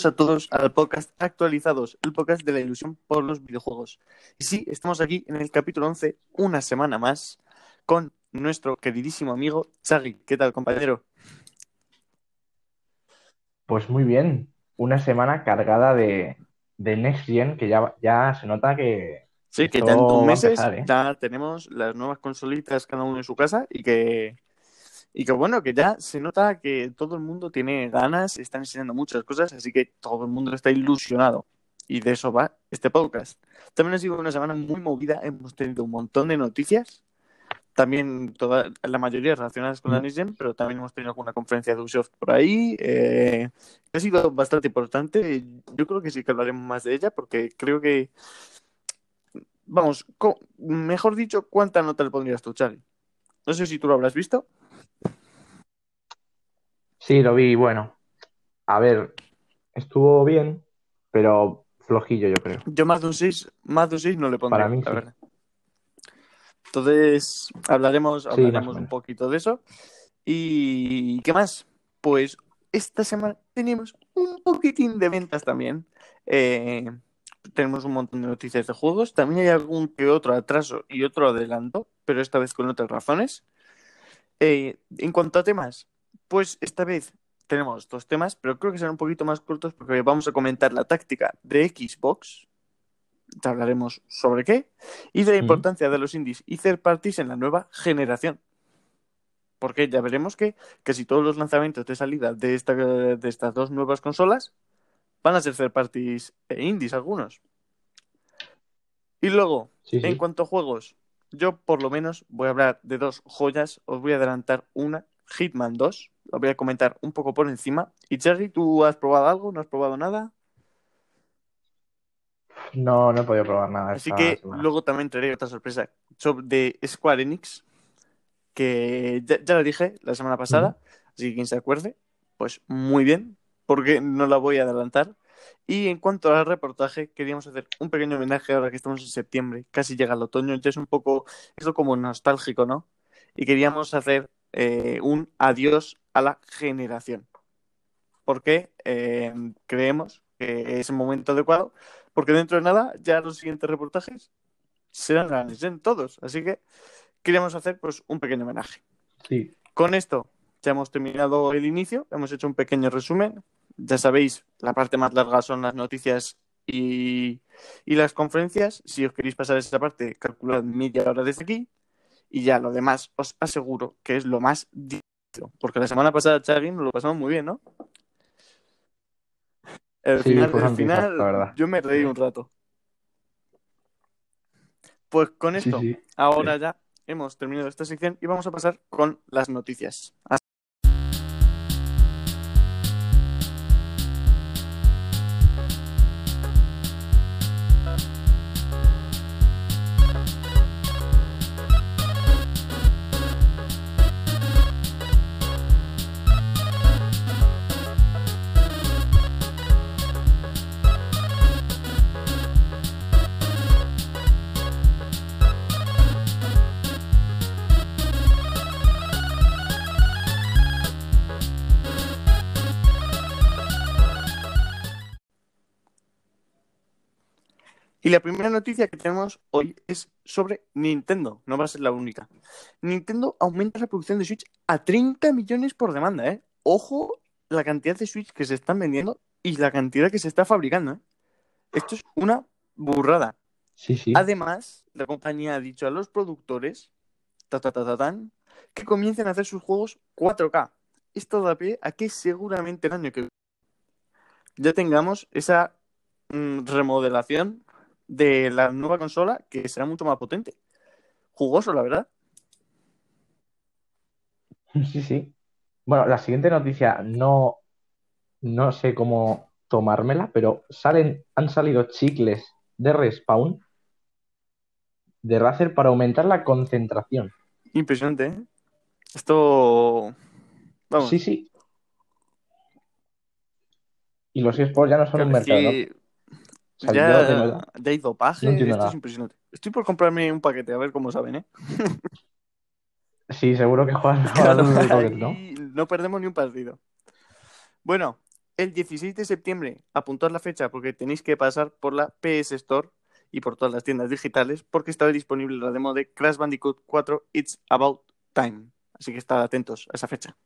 a todos al podcast Actualizados, el podcast de la ilusión por los videojuegos. Y sí, estamos aquí en el capítulo 11, una semana más, con nuestro queridísimo amigo Chagui. ¿Qué tal, compañero? Pues muy bien, una semana cargada de Next Gen que ya se nota que Sí, que ya en dos esto va a meses empezar, ¿eh? ya tenemos las nuevas consolitas cada uno en su casa y que bueno, que ya se nota que todo el mundo tiene ganas, están enseñando muchas cosas, así que todo el mundo está ilusionado. Y de eso va este podcast. También ha sido una semana muy movida, hemos tenido un montón de noticias, también la mayoría relacionadas con la Mm. Next Gen, pero también hemos tenido alguna conferencia de Ubisoft por ahí. Ha sido bastante importante, yo creo que sí que hablaremos más de ella, porque creo que, vamos, mejor dicho, ¿cuánta nota le pondrías tú, Charlie? No sé si tú lo habrás visto. Sí, lo vi, bueno, a ver, estuvo bien, pero flojillo yo creo. Yo más de un 6 no le Para pondría, mí la sí, verdad. Entonces, hablaremos, sí, más o hablaremos un menos. poquito de eso. ¿Y qué más? Pues esta semana tenemos un poquitín de ventas también. Eh, Tenemos un montón de noticias de juegos. También hay algún que otro atraso y otro adelanto, pero esta vez con otras razones. En cuanto a temas, pues esta vez tenemos dos temas, pero creo que serán un poquito más cortos porque vamos a comentar la táctica de Xbox. Te hablaremos sobre qué y de la Mm. importancia de los indies y third parties en la nueva generación. Porque ya veremos que casi todos los lanzamientos de salida de estas dos nuevas consolas van a ser third parties e indies algunos. Y luego, Sí, en sí. cuanto a juegos, yo por lo menos voy a hablar de dos joyas. Os voy a adelantar una, Hitman 2. Lo voy a comentar un poco por encima. Y Cherry, ¿tú has probado algo? ¿No has probado nada? No, no he podido probar nada Así esta que semana. luego también traeré otra sorpresa de Square Enix, que ya lo dije la semana Mm. pasada, así que quien se acuerde, pues muy bien, porque no la voy a adelantar. Y en cuanto al reportaje, queríamos hacer un pequeño homenaje ahora que estamos en septiembre, casi llega el otoño, entonces un poco, esto como nostálgico, ¿no? Y queríamos hacer un adiós a la generación, porque creemos que es el momento adecuado, porque dentro de nada ya los siguientes reportajes serán grandes en todos, así que queríamos hacer pues un pequeño homenaje. Sí, Con esto ya hemos terminado el inicio, hemos hecho un pequeño resumen. Ya sabéis, la parte más larga son las noticias y las conferencias. Si os queréis pasar esa parte, calculad media hora desde aquí. Y ya lo demás os aseguro que es lo más divertido. Porque la semana pasada, Chagui, nos lo pasamos muy bien, ¿no? Al sí, final, fue al una risa, la final verdad. yo me reí un rato. Pues con Sí, esto, sí. ahora ya hemos terminado esta sección y vamos a pasar con las noticias. Y la primera noticia que tenemos hoy es sobre Nintendo. No va a ser la única. Nintendo aumenta la producción de Switch a 30 millones por demanda, ¿eh? Ojo la cantidad de Switch que se están vendiendo y la cantidad que se está fabricando, ¿eh? Esto es una burrada. Sí, sí. Además, la compañía ha dicho a los productores tan, que comiencen a hacer sus juegos 4K. Esto da pie a que seguramente el año que viene ya tengamos esa remodelación de la nueva consola que será mucho más potente. Jugoso, la verdad. Sí, sí. Bueno, la siguiente noticia no sé cómo tomármela, pero han salido chicles de Respawn de Razer para aumentar la concentración. Impresionante, ¿eh? Esto, Sí, vamos, sí. Y los eSports ya no son un claro, es mercado, ¿no? O que sea, yo de verdad ya hay no dopaje, entiendo esto es nada. impresionante. Estoy por comprarme un paquete, a ver cómo saben, ¿eh? Sí, seguro que juegas mejor Claro, al Rocket, ¿no? ahí no perdemos ni un partido. Bueno, el 16 de septiembre. Apuntad la fecha porque tenéis que pasar por la PS Store y por todas las tiendas digitales porque está disponible la demo de Crash Bandicoot 4 It's About Time. Así que estad atentos a esa fecha.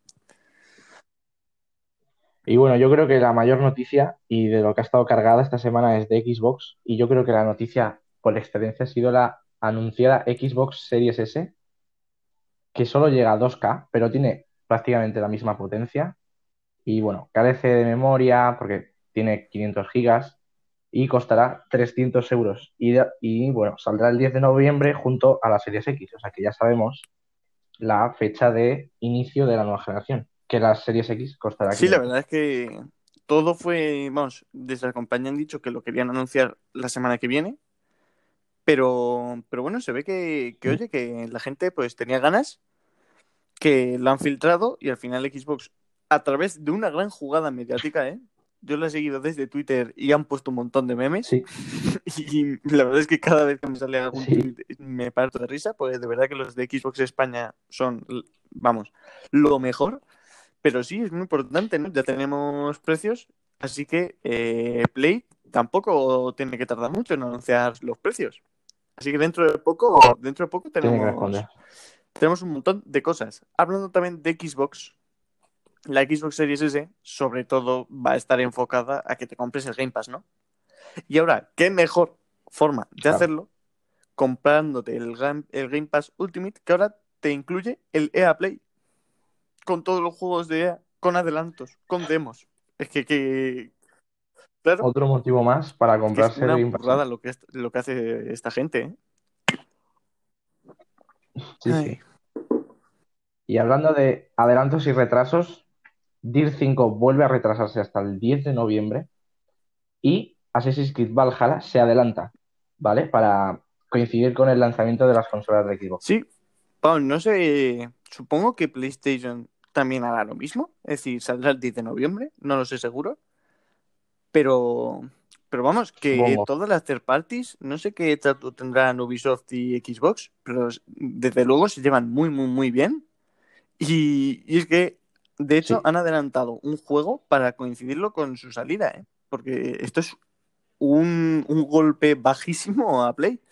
Y bueno, yo creo que la mayor noticia y de lo que ha estado cargada esta semana es de Xbox. Y yo creo que la noticia por excelencia ha sido la anunciada Xbox Series S, que solo llega a 2K, pero tiene prácticamente la misma potencia. Y bueno, carece de memoria porque tiene 500 gigas y costará 300 euros. Y bueno, saldrá el 10 de noviembre junto a la Series X. O sea que ya sabemos la fecha de inicio de la nueva generación, que la Series X costará Sí, la 500. verdad es que todo fue, vamos, desde la compañía han dicho que lo querían anunciar la semana que viene, pero bueno, se ve que Mm. oye, que la gente pues tenía ganas, que la han filtrado y al final Xbox, a través de una gran jugada mediática, ¿eh? Yo la he seguido desde Twitter y han puesto un montón de memes Sí, y la verdad es que cada vez que me sale algún sí, tweet me parto de risa, porque de verdad que los de Xbox España son, vamos, lo mejor. Pero sí, es muy importante, ¿no? Ya tenemos precios, así que Play tampoco tiene que tardar mucho en anunciar los precios. Así que dentro de poco tiene que responder. tenemos un montón de cosas. Hablando también de Xbox, la Xbox Series S sobre todo va a estar enfocada a que te compres el Game Pass, ¿no? Y ahora, ¿qué mejor forma de Claro. hacerlo comprándote el Game Pass Ultimate que ahora te incluye el EA Play con todos los juegos de EA, con adelantos, con demos? Es que claro, Otro motivo más para es que es comprarse el una Game Pass, ¿eh? burrada lo que hace esta gente, ¿eh? Sí, Ay. sí. Y hablando de adelantos y retrasos, Dirt 5 vuelve a retrasarse hasta el 10 de noviembre y Assassin's Creed Valhalla se adelanta, ¿vale? Para coincidir con el lanzamiento de las consolas de Xbox. Sí, Pau, no sé, supongo que PlayStation también hará lo mismo, es decir, saldrá el 10 de noviembre, no lo sé seguro, pero, pero vamos, que Supongo. todas las third parties, no sé qué trato tendrán Ubisoft y Xbox, pero desde luego se llevan muy, muy, muy bien. Y es que, de hecho, Sí. han adelantado un juego para coincidirlo con su salida, ¿eh? Porque esto es un golpe bajísimo a Play.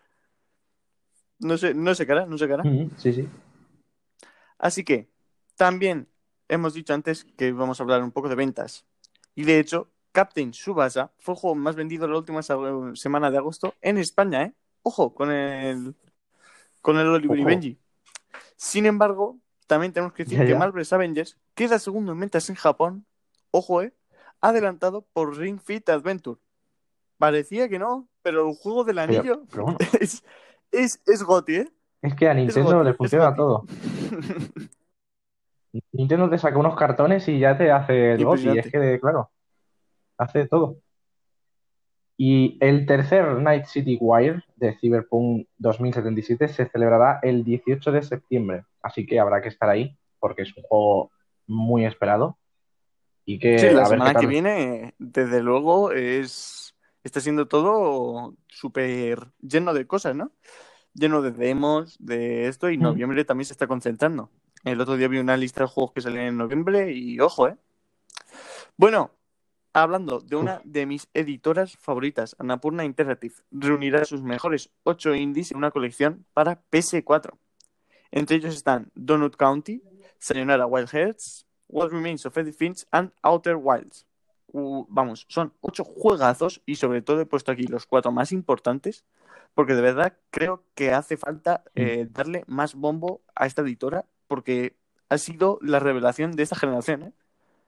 No sé, no sé cara, no sé cara. Sí, sí. Así que también hemos dicho antes que vamos a hablar un poco de ventas. Y de hecho, Captain Tsubasa fue el juego más vendido la última semana de agosto en España, ¿eh? Ojo, con el Oliver y Ojo. Benji. Sin embargo, también tenemos que decir Ya, que ya. Marvel's Avengers queda segundo en ventas en Japón. Ojo, adelantado por Ring Fit Adventure. Parecía que no, pero el juego del anillo Pero bueno, es, es GOTY, ¿eh? es que a Es Nintendo le GOTY, es funciona GOTY. todo. Nintendo te saca unos cartones y ya te hace el GOTY. Es Impresionante. que, claro, hace todo. Y el tercer Night City Wire de Cyberpunk 2077 se celebrará el 18 de septiembre. Así que habrá que estar ahí porque es un juego muy esperado y Sí, que la a ver qué semana que tal. viene, desde luego, está siendo todo súper lleno de cosas, ¿no? Lleno de demos, de esto, y Mm. noviembre también se está concentrando. El otro día vi una lista de juegos que salen en noviembre y ojo, ¿eh? Bueno, hablando de Uf, una de mis editoras favoritas, Annapurna Interactive, reunirá sus mejores 8 indies en una colección para PS4. Entre ellos están Donut County, Sayonara Wild Hearts, What Remains of Edith Finch and Outer Wilds. Vamos, son 8 juegazos y sobre todo he puesto aquí los 4 más importantes porque de verdad creo que hace falta mm. darle más bombo a esta editora porque ha sido la revelación de esta generación, ¿eh?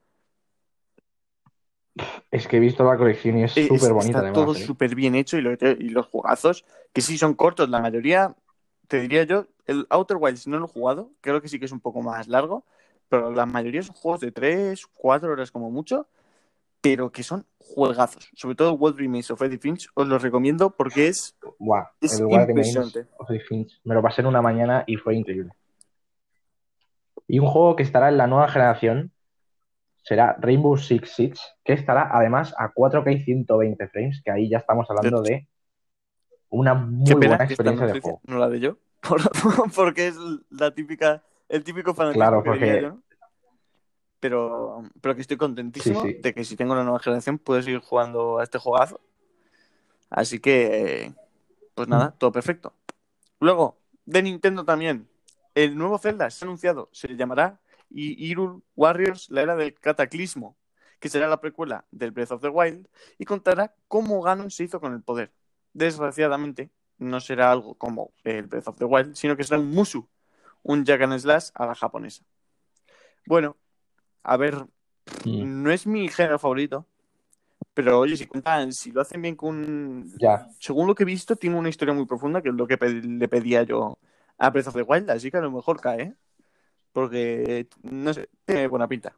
Es que he visto la colección y es súper bonita Está todo además, ¿eh? súper bien hecho y los juegazos, que sí son cortos, la mayoría, te diría yo, el Outer Wilds no lo he jugado, creo que sí que es un poco más largo, pero la mayoría son juegos de 3 4 horas como mucho, pero que son juegazos. Sobre todo What Remains of Edith Finch, os lo recomiendo porque Buah, es el What Remains impresionante. of the Finch. Me lo pasé en una mañana y fue increíble. Y un juego que estará en la nueva generación será Rainbow Six Siege, que estará además a 4K y 120 frames, que ahí ya estamos hablando de una Qué muy pena buena que esta experiencia de noticia juego. no la de yo, porque es el típico fanatismo Claro, que diría porque yo, ¿no? pero que estoy Sí, contentísimo sí. de que si tengo una nueva generación puedo seguir jugando a este juegazo. Así que, pues nada, todo perfecto. Luego, de Nintendo también, el nuevo Zelda se ha anunciado, se llamará Hyrule Warriors, la era del cataclismo, que será la precuela del Breath of the Wild y contará cómo Ganon se hizo con el poder. Desgraciadamente, no será algo como el Breath of the Wild, sino que será un Musou, un Jack and Slash a la japonesa. Bueno, a ver, Mm, no es mi género favorito, pero oye, si lo hacen bien con... ya. Según lo que he visto, tiene una historia muy profunda, que es lo que le pedía yo a Breath of the Wild, así que a lo mejor cae, ¿eh? Porque, no sé, tiene buena pinta.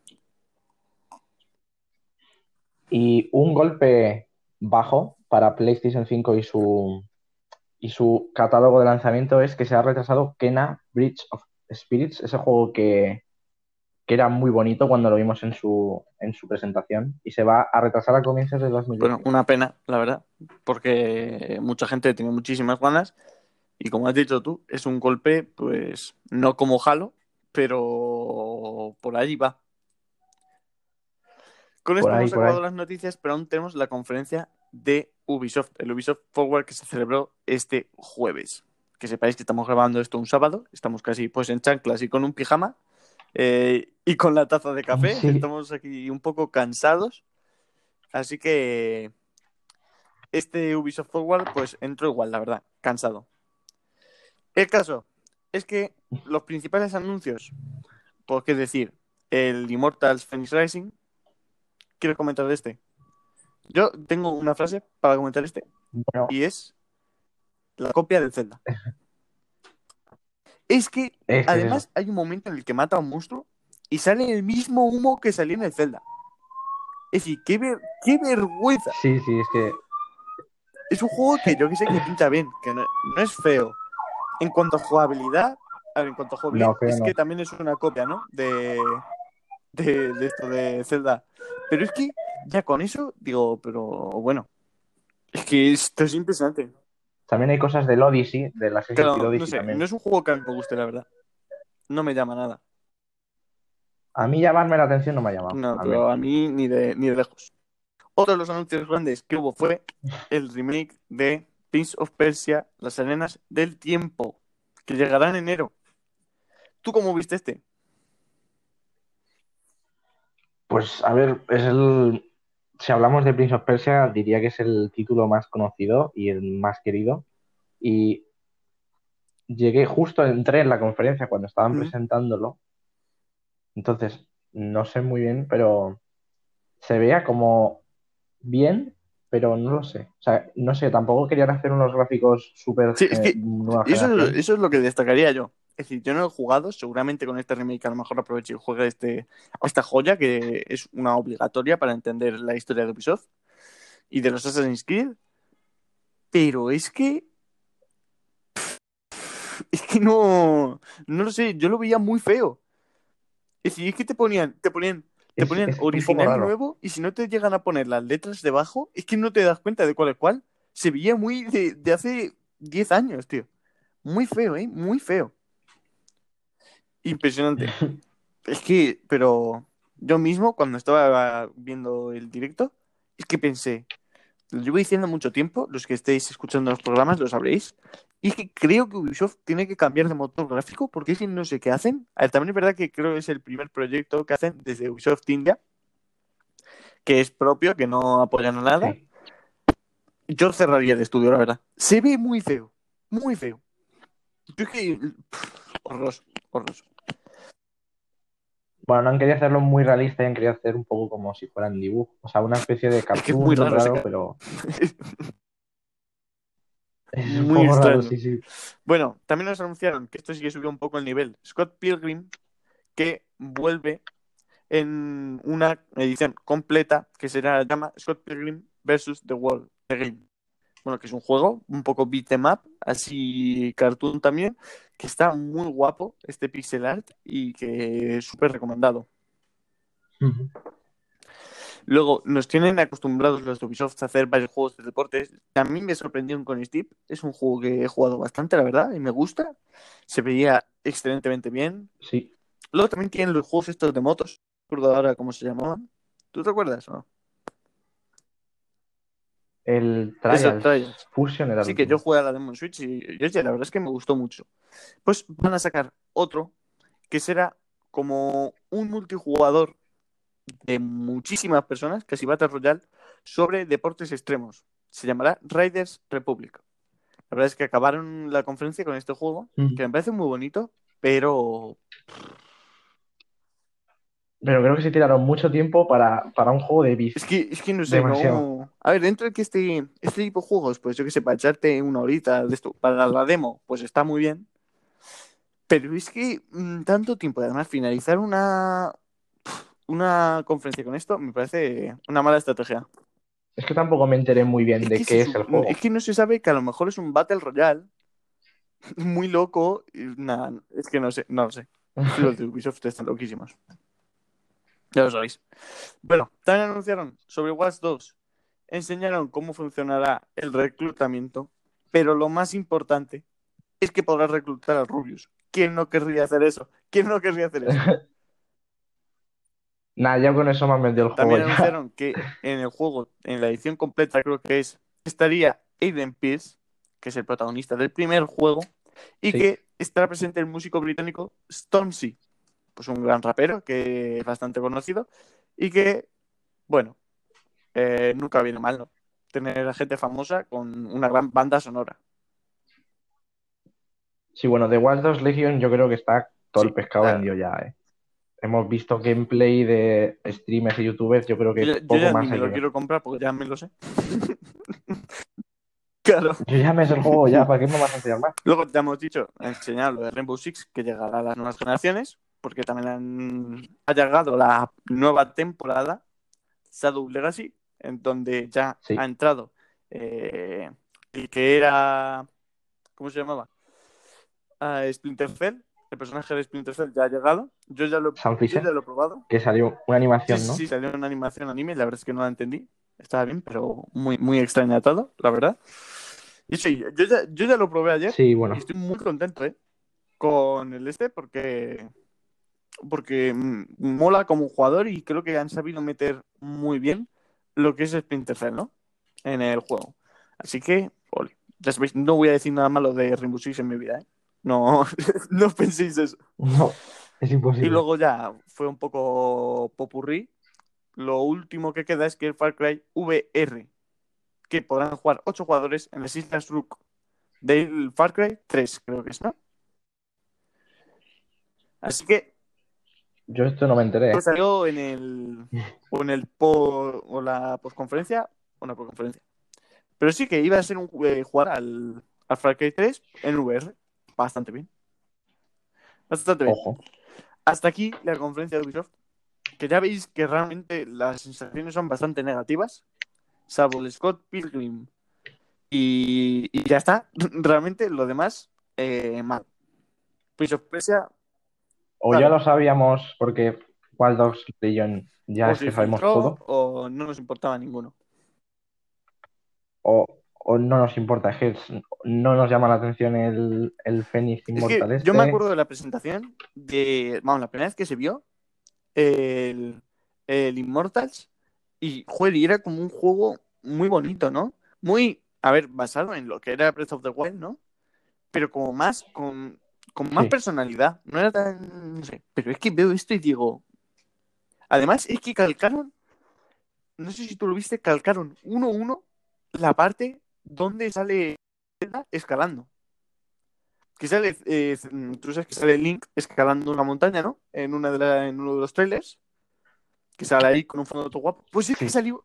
Y un golpe bajo para PlayStation 5 y su catálogo de lanzamiento es que se ha retrasado Kena Bridge of Spirits, ese juego que era muy bonito cuando lo vimos en su presentación, y se va a retrasar a comienzos de Bueno, 2021. una pena, la verdad, porque mucha gente tiene muchísimas ganas y como has dicho tú, es un golpe, pues, no como Halo, pero por ahí va. Con Por esto ahí, hemos por acabado ahí. las noticias, pero aún tenemos la conferencia de Ubisoft, el Ubisoft Forward que se celebró este jueves. Que sepáis que estamos grabando esto un sábado, estamos casi pues en chanclas y con un pijama y con la taza de café. Sí, Estamos aquí un poco cansados, así que este Ubisoft Forward pues entró igual, la verdad, cansado. El caso es que los principales anuncios, por qué decir, el Immortals Phoenix Rising, quiero comentar de este. Yo tengo una frase para comentar este bueno, y es la copia del Zelda. Es que es que es eso. además hay un momento en el que mata a un monstruo y sale el mismo humo que salía en el Zelda. Es decir, qué vergüenza. Sí, sí, es que Es un juego que yo que sé que pinta bien, que no es feo. En cuanto a jugabilidad, a ver, en cuanto a jugabilidad, no, feo es no. que también es una copia, ¿no? De esto de Zelda. Pero es que ya con eso digo, pero bueno, es que esto es impresionante. También hay cosas del Odyssey, del Assassin's Creed Claro, no Odyssey sé, no también. es un juego que a mí me guste, la verdad. No me llama nada. A mí llamarme la atención no me ha llamado, No, al pero menos. a mí ni de lejos. Otro de los anuncios grandes que hubo fue el remake de Prince of Persia, Las Arenas del Tiempo, que llegará en enero. ¿Tú cómo viste este? Pues a ver, si hablamos de Prince of Persia, diría que es el título más conocido y el más querido. Y entré en la conferencia cuando estaban Mm. presentándolo, entonces no sé muy bien, pero se veía como bien, pero no lo sé. O sea, no sé, tampoco querían hacer unos gráficos súper Sí, es que nueva eso, generación. eso es lo que destacaría yo. Es decir, yo no he jugado, seguramente con este remake a lo mejor aproveche y juegue esta joya que es una obligatoria para entender la historia de Ubisoft y de los Assassin's Creed, pero es que no lo sé, yo lo veía muy feo. Es decir, es que te ponían Es un poco original y raro. nuevo, y si no te llegan a poner las letras debajo, es que no te das cuenta de cuál es cuál. Se veía muy de hace 10 años, tío. Muy feo, ¿eh? Muy feo. Impresionante. Es que, pero yo mismo, cuando estaba viendo el directo, es que pensé, lo llevo diciendo mucho tiempo, los que estéis escuchando los programas lo sabréis, y es que creo que Ubisoft tiene que cambiar de motor gráfico porque es que no sé qué hacen. A ver, también es verdad que creo que es el primer proyecto que hacen desde Ubisoft India, que es propio, que no apoyan a nada. Sí. Yo cerraría el estudio, la verdad. Se ve muy feo, muy feo. Yo es que, horroroso, horroroso. Bueno, no han querido hacerlo muy realista y han querido hacer un poco como si fueran dibujos. O sea, una especie de Es que es muy cartoon raro ese raro, cara. pero es un Muy poco raro, extraño. sí, sí. Bueno, también nos anunciaron que esto sí que subió un poco el nivel. Scott Pilgrim, que vuelve en una edición completa que será llama Scott Pilgrim versus The World, The Game. Bueno, que es un juego un poco beat 'em up, así cartoon también, que está muy guapo este pixel art y que es súper recomendado. Ujú. Luego, nos tienen acostumbrados los de Ubisoft a hacer varios juegos de deportes. A mí me sorprendió con Steep. Es un juego que he jugado bastante, la verdad, y me gusta. Se veía excelentemente bien. Sí. Luego también tienen los juegos estos de motos. recuerdo ahora cómo se llamaban. ¿Tú te acuerdas o no? El Eso, Trials Trials. Fusion era el Sí, que yo último. jugué a la demo en Switch y oye, la verdad es que me gustó mucho. Pues van a sacar otro que será como un multijugador de muchísimas personas, casi Battle Royale, sobre deportes extremos. Se llamará Riders Republic. La verdad es que acabaron la conferencia con este juego, que me parece muy bonito, pero Pero creo que se tiraron mucho tiempo para un juego de Beast. es que no sé, Demasiado. no. A ver, dentro de que este tipo de juegos, pues yo que sé, para echarte una horita de esto, para la demo, pues está muy bien. Pero es que tanto tiempo, y además finalizar una conferencia con esto me parece una mala estrategia. Es que tampoco me enteré muy bien Es de que, qué es el es juego. que no se sabe que a lo mejor es un Battle Royale muy loco. Y nada, es que no sé, no lo sé. Los de Ubisoft están loquísimos. Ya lo sabéis. Bueno, también anunciaron sobre Watch 2. Enseñaron cómo funcionará el reclutamiento. Pero lo más importante es que podrás reclutar a Rubius. ¿Quién no querría hacer eso? ¿Quién no querría hacer eso? Nada, ya con eso me han vendido el juego También ya. anunciaron que en el juego, en la edición completa, creo que estaría Aiden Pierce, que es el protagonista del primer juego, y Sí. que estará presente el músico británico Stormzy, pues un gran rapero que es bastante conocido y que, bueno, nunca viene mal, ¿no? Tener a gente famosa con una gran banda sonora. Sí, bueno, de Watch Dogs Legion yo creo que está todo el Sí, pescado vendido ya, ¿eh? Hemos visto gameplay de streamers y youtubers, yo creo que yo poco ya ni más me hay que lo ver. quiero comprar porque ya me lo sé. Claro. Yo ya me sé el juego ya, ¿para qué me vas a enseñar más? Luego te hemos dicho, enseñar lo de Rainbow Six, que llegará a las nuevas generaciones, porque también ha llegado la nueva temporada, Shadow Legacy, en donde ya ha Sí, entrado el que era, ¿cómo se llamaba? Splinter Cell, el personaje de Splinter Cell ya ha llegado, Sam yo ya Fisher, lo he probado. que salió una Sí, animación, sí, ¿no? sí, salió una animación anime, la verdad es que no la entendí, estaba bien, pero muy, muy extrañatado, la verdad. Y sí, yo ya lo probé ayer Sí, y bueno. estoy muy contento, ¿eh? Con el porque mola como jugador y creo que han sabido meter muy bien lo que es Splinter Cell, ¿no? En el juego. Así que, ole, ya sabéis, no voy a decir nada malo de Rainbow Six en mi vida, ¿eh? No, no penséis eso. No, es Y imposible. luego ya fue un poco popurrí. Lo último que queda es que el Far Cry VR, que podrán jugar 8 jugadores en las Islas Rook del Far Cry 3, creo que es, ¿no? Así que Yo esto no me enteré. salió en el o la postconferencia o la postconferencia. Pero sí que iba a ser un jugar al Far Cry 3 en VR. Bastante bien. Bastante bien. Ojo. Hasta aquí la conferencia de Ubisoft. Que ya veis que realmente las sensaciones son bastante negativas. Salvo el Scott Pilgrim. Y ya está. Realmente lo demás, mal. Prince of Persia, O ya claro. lo sabíamos porque Watch Dogs Legion ya O es se que sabemos filtró todo, o no nos importaba ninguno. o no nos importa, es que no nos llama la atención el Fénix Es que Inmortal yo me este. acuerdo de la presentación vamos, la primera vez que se vio el, el Immortals y, joder, y era como un juego muy bonito, ¿no? Muy, a ver, basado en lo que era Breath of the Wild, ¿no? Pero como más, con más Sí, personalidad. No era tan, no sé, pero es que veo esto y digo, además es que calcaron, no sé si tú lo viste, calcaron uno a uno la parte donde sale Zelda escalando. Que sale, tú sabes que sale Link escalando una montaña, ¿no? En uno de los trailers, que sale ahí con un fondo todo guapo. Pues es que sí. salió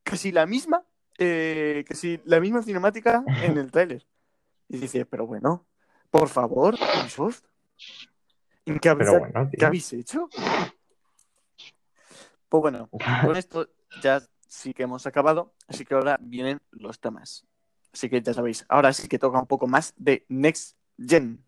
casi la misma cinemática en el trailer. Y dice, pero bueno, por favor, Ubisoft, ¿en Pero bueno, qué tío. habéis hecho? Pues bueno, con esto ya sí que hemos acabado, así que ahora vienen los temas. Así que ya sabéis, ahora sí que toca un poco más de Next Gen.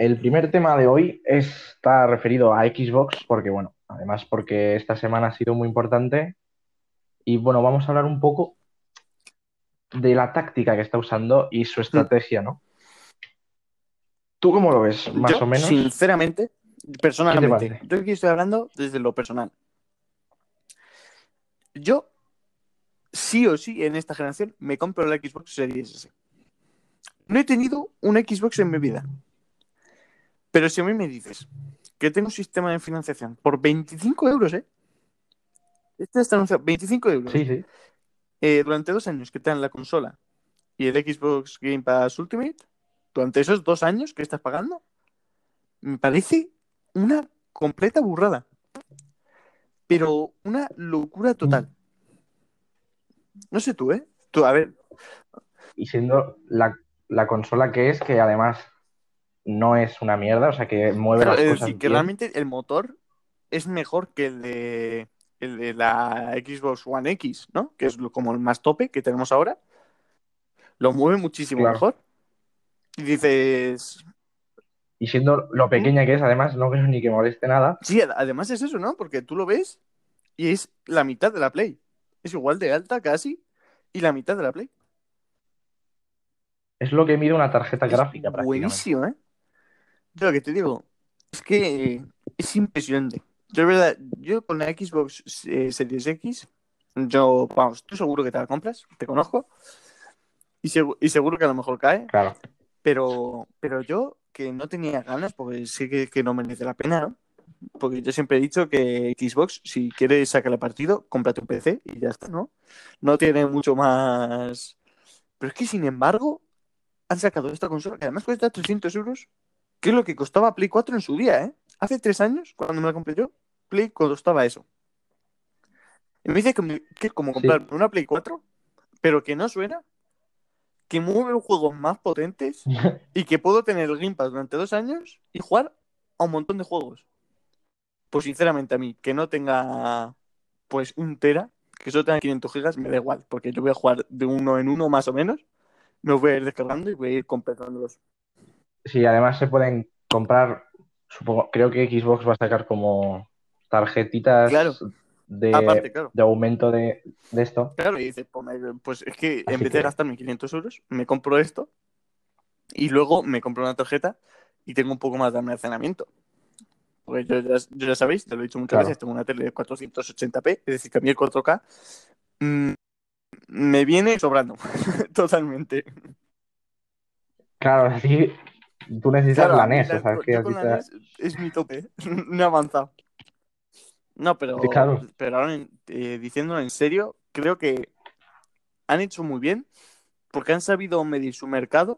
el primer tema de hoy está referido a Xbox, porque bueno, además porque esta semana ha sido muy importante. Y bueno, vamos a hablar un poco de la táctica que está usando y su Mm. estrategia, ¿no? ¿Tú cómo lo ves, más o Yo, menos? sinceramente, ¿Qué te personalmente, parece? yo aquí estoy hablando desde lo personal. Yo, sí o sí, en esta generación, me compro la Xbox Series S. No he tenido una Xbox en mi vida, pero si a mí me dices que tengo un sistema de financiación por 25 euros, ¿eh? Este está anunciado, 25 euros. Sí, sí. Durante 2 años que te dan la consola y el Xbox Game Pass Ultimate, durante esos 2 años que estás pagando, me parece una completa burrada, pero una locura Mm. total. No sé tú, ¿eh? Tú, a ver, Y siendo la consola que es, que además no es una mierda, o sea, que mueve claro, las es cosas decir, que bien. realmente el motor es mejor que el de la Xbox One X, ¿no? Que es como el más tope que tenemos ahora. Lo mueve muchísimo Claro. mejor. Y dices, Y siendo lo ¿Mm? pequeña que es, además, no creo ni que moleste nada. Sí, además es eso, ¿no? Porque tú lo ves y es la mitad de la Play. Es igual de alta casi y la mitad de la Play. Es lo que mide una tarjeta Es gráfica prácticamente. buenísimo, ¿eh? Yo lo que te digo es que es impresionante. Yo, de verdad, yo con la Xbox Series X, yo, vamos, tú seguro que te la compras, te conozco, y seguro que a lo mejor cae, Claro. pero yo que no tenía ganas, porque sé que no merece la pena, ¿no? Porque yo siempre he dicho que Xbox, si quieres sacarle partido, cómprate un PC y ya está, ¿no? No tiene mucho más. Pero es que, sin embargo, han sacado esta consola que además cuesta 300 euros, que es lo que costaba Play 4 en su día, ¿eh? Hace 3 años, cuando me la compré yo, Play costaba eso. Y me dice que es como Sí. comprar una Play 4, pero que no suena, que mueve juegos más potentes y que puedo tener el Game Pass durante 2 años y jugar a un montón de juegos. Pues sinceramente a mí, que no tenga pues 1 tera, que solo tenga 500 gigas, me da igual, porque yo voy a jugar de uno en uno más o menos, me los voy a ir descargando y voy a ir completándolos. Sí, además se pueden comprar, supongo, creo que Xbox va a sacar como Claro, tarjetitas aparte, claro. de aumento de esto. Claro, y dices, pues es que en Así vez de que, gastarme 500 euros, me compro esto y luego me compro una tarjeta y tengo un poco más de almacenamiento. Porque yo ya sabéis, te lo he dicho muchas veces, claro, tengo una tele de 480p, es decir, que a mí el 4K mm, me viene sobrando totalmente. claro, así tú necesitas Claro, a la mí NES, o sea, es que yo a con ti la te da- NES es mi tope, no he avanzado. No, Sí, claro. pero ahora diciéndolo en serio, creo que han hecho muy bien porque han sabido medir su mercado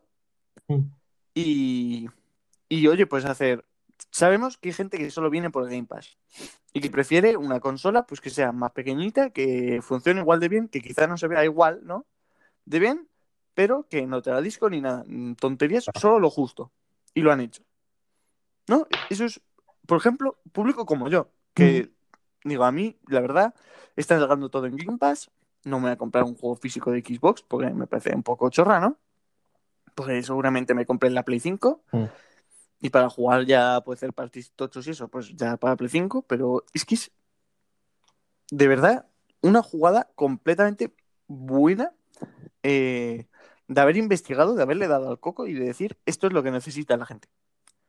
y, oye, pues hacer. Sabemos que hay gente que solo viene por el Game Pass y que prefiere una consola pues que sea más pequeñita, que funcione igual de bien, que quizá no se vea igual, ¿no? De bien, pero que no te da disco ni nada. Tonterías, solo lo justo. Y lo han hecho. ¿No? Eso es, por ejemplo, público como yo, que digo, a mí, la verdad, están sacando todo en Game Pass. No me voy a comprar un juego físico de Xbox porque me parece un poco chorra, ¿no? Porque seguramente me compré en la Play 5 y para jugar ya puede ser partidos tochos y eso, pues ya para Play 5, pero es que es de verdad una jugada completamente buena, eh, de haber investigado, de haberle dado al coco y de decir esto es lo que necesita la gente.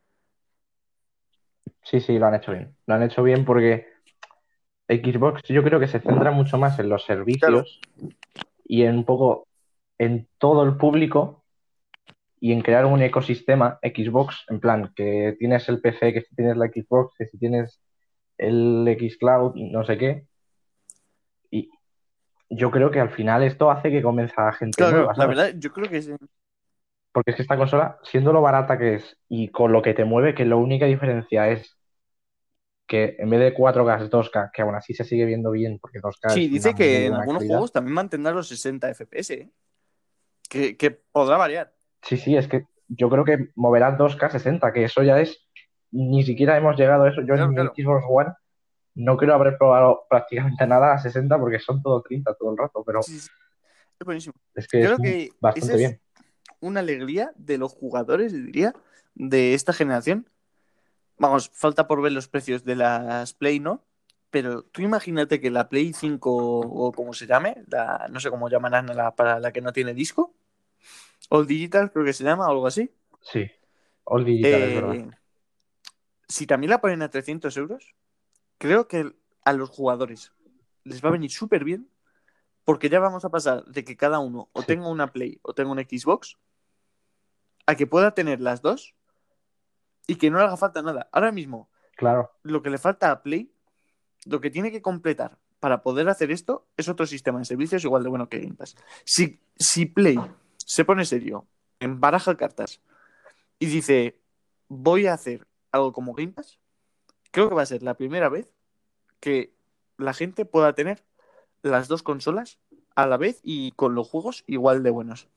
Sí, sí, lo han hecho bien. Lo han hecho bien porque Xbox yo creo que se centra mucho más en los Claro, servicios y en un poco en todo el público y en crear un ecosistema Xbox, en plan, que tienes el PC, que si tienes la Xbox, que si tienes el xCloud, no sé qué. Y yo creo que al final esto hace que convenza a gente claro, claro. nueva, La ¿sabes? verdad, yo creo que es. Porque es que esta consola, siendo lo barata que es y con lo que te mueve, que la única diferencia es que en vez de 4K es 2K, que aún así se sigue viendo bien porque 2K Sí, es una dice muy que en buena algunos calidad. juegos también mantendrá los 60 FPS, ¿eh? Que podrá variar. Sí, sí, es que yo creo que moverá 2K 60, que eso ya es, ni siquiera hemos llegado a eso. Yo en Claro, mi claro. Xbox One no creo haber probado prácticamente nada a 60 porque son todo 30 todo el rato, pero Sí, sí, es buenísimo. es que es Creo que esa bastante es bien. una alegría de los jugadores, diría, de esta generación. Vamos, falta por ver los precios de las Play, ¿no? Pero tú imagínate que la Play 5 o como se llame, no sé cómo llamarán para la que no tiene disco, All Digital creo que se llama o algo así. Sí, all digital, es verdad. Eh, si también la ponen a 300 euros, creo que a los jugadores les va a venir súper bien porque ya vamos a pasar de que cada uno o Sí, tenga una Play o tenga una Xbox a que pueda tener las dos y que no le haga falta nada. Ahora mismo, claro, lo que le falta a Play, lo que tiene que completar para poder hacer esto es otro sistema de servicios igual de bueno que Game Pass. Si Play se pone serio, en baraja cartas y dice voy a hacer algo como Game Pass, creo que va a ser la primera vez que la gente pueda tener las dos consolas a la vez y con los juegos igual de buenos.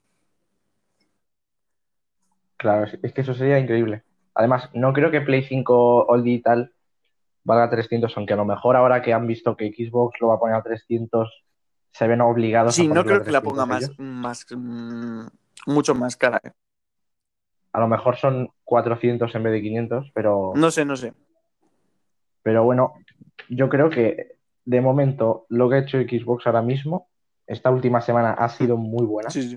claro, es que eso sería increíble. Además, no creo que Play 5 all digital valga 300, aunque a lo mejor ahora que han visto que Xbox lo va a poner a 300, se ven obligados a Sí, no ponerlo a creo que la ponga 300 ellos. mucho más cara. A lo mejor son 400 en vez de 500, No sé, no sé. pero bueno, yo creo que de momento lo que ha hecho Xbox ahora mismo, esta última semana ha sido muy buena Sí, sí.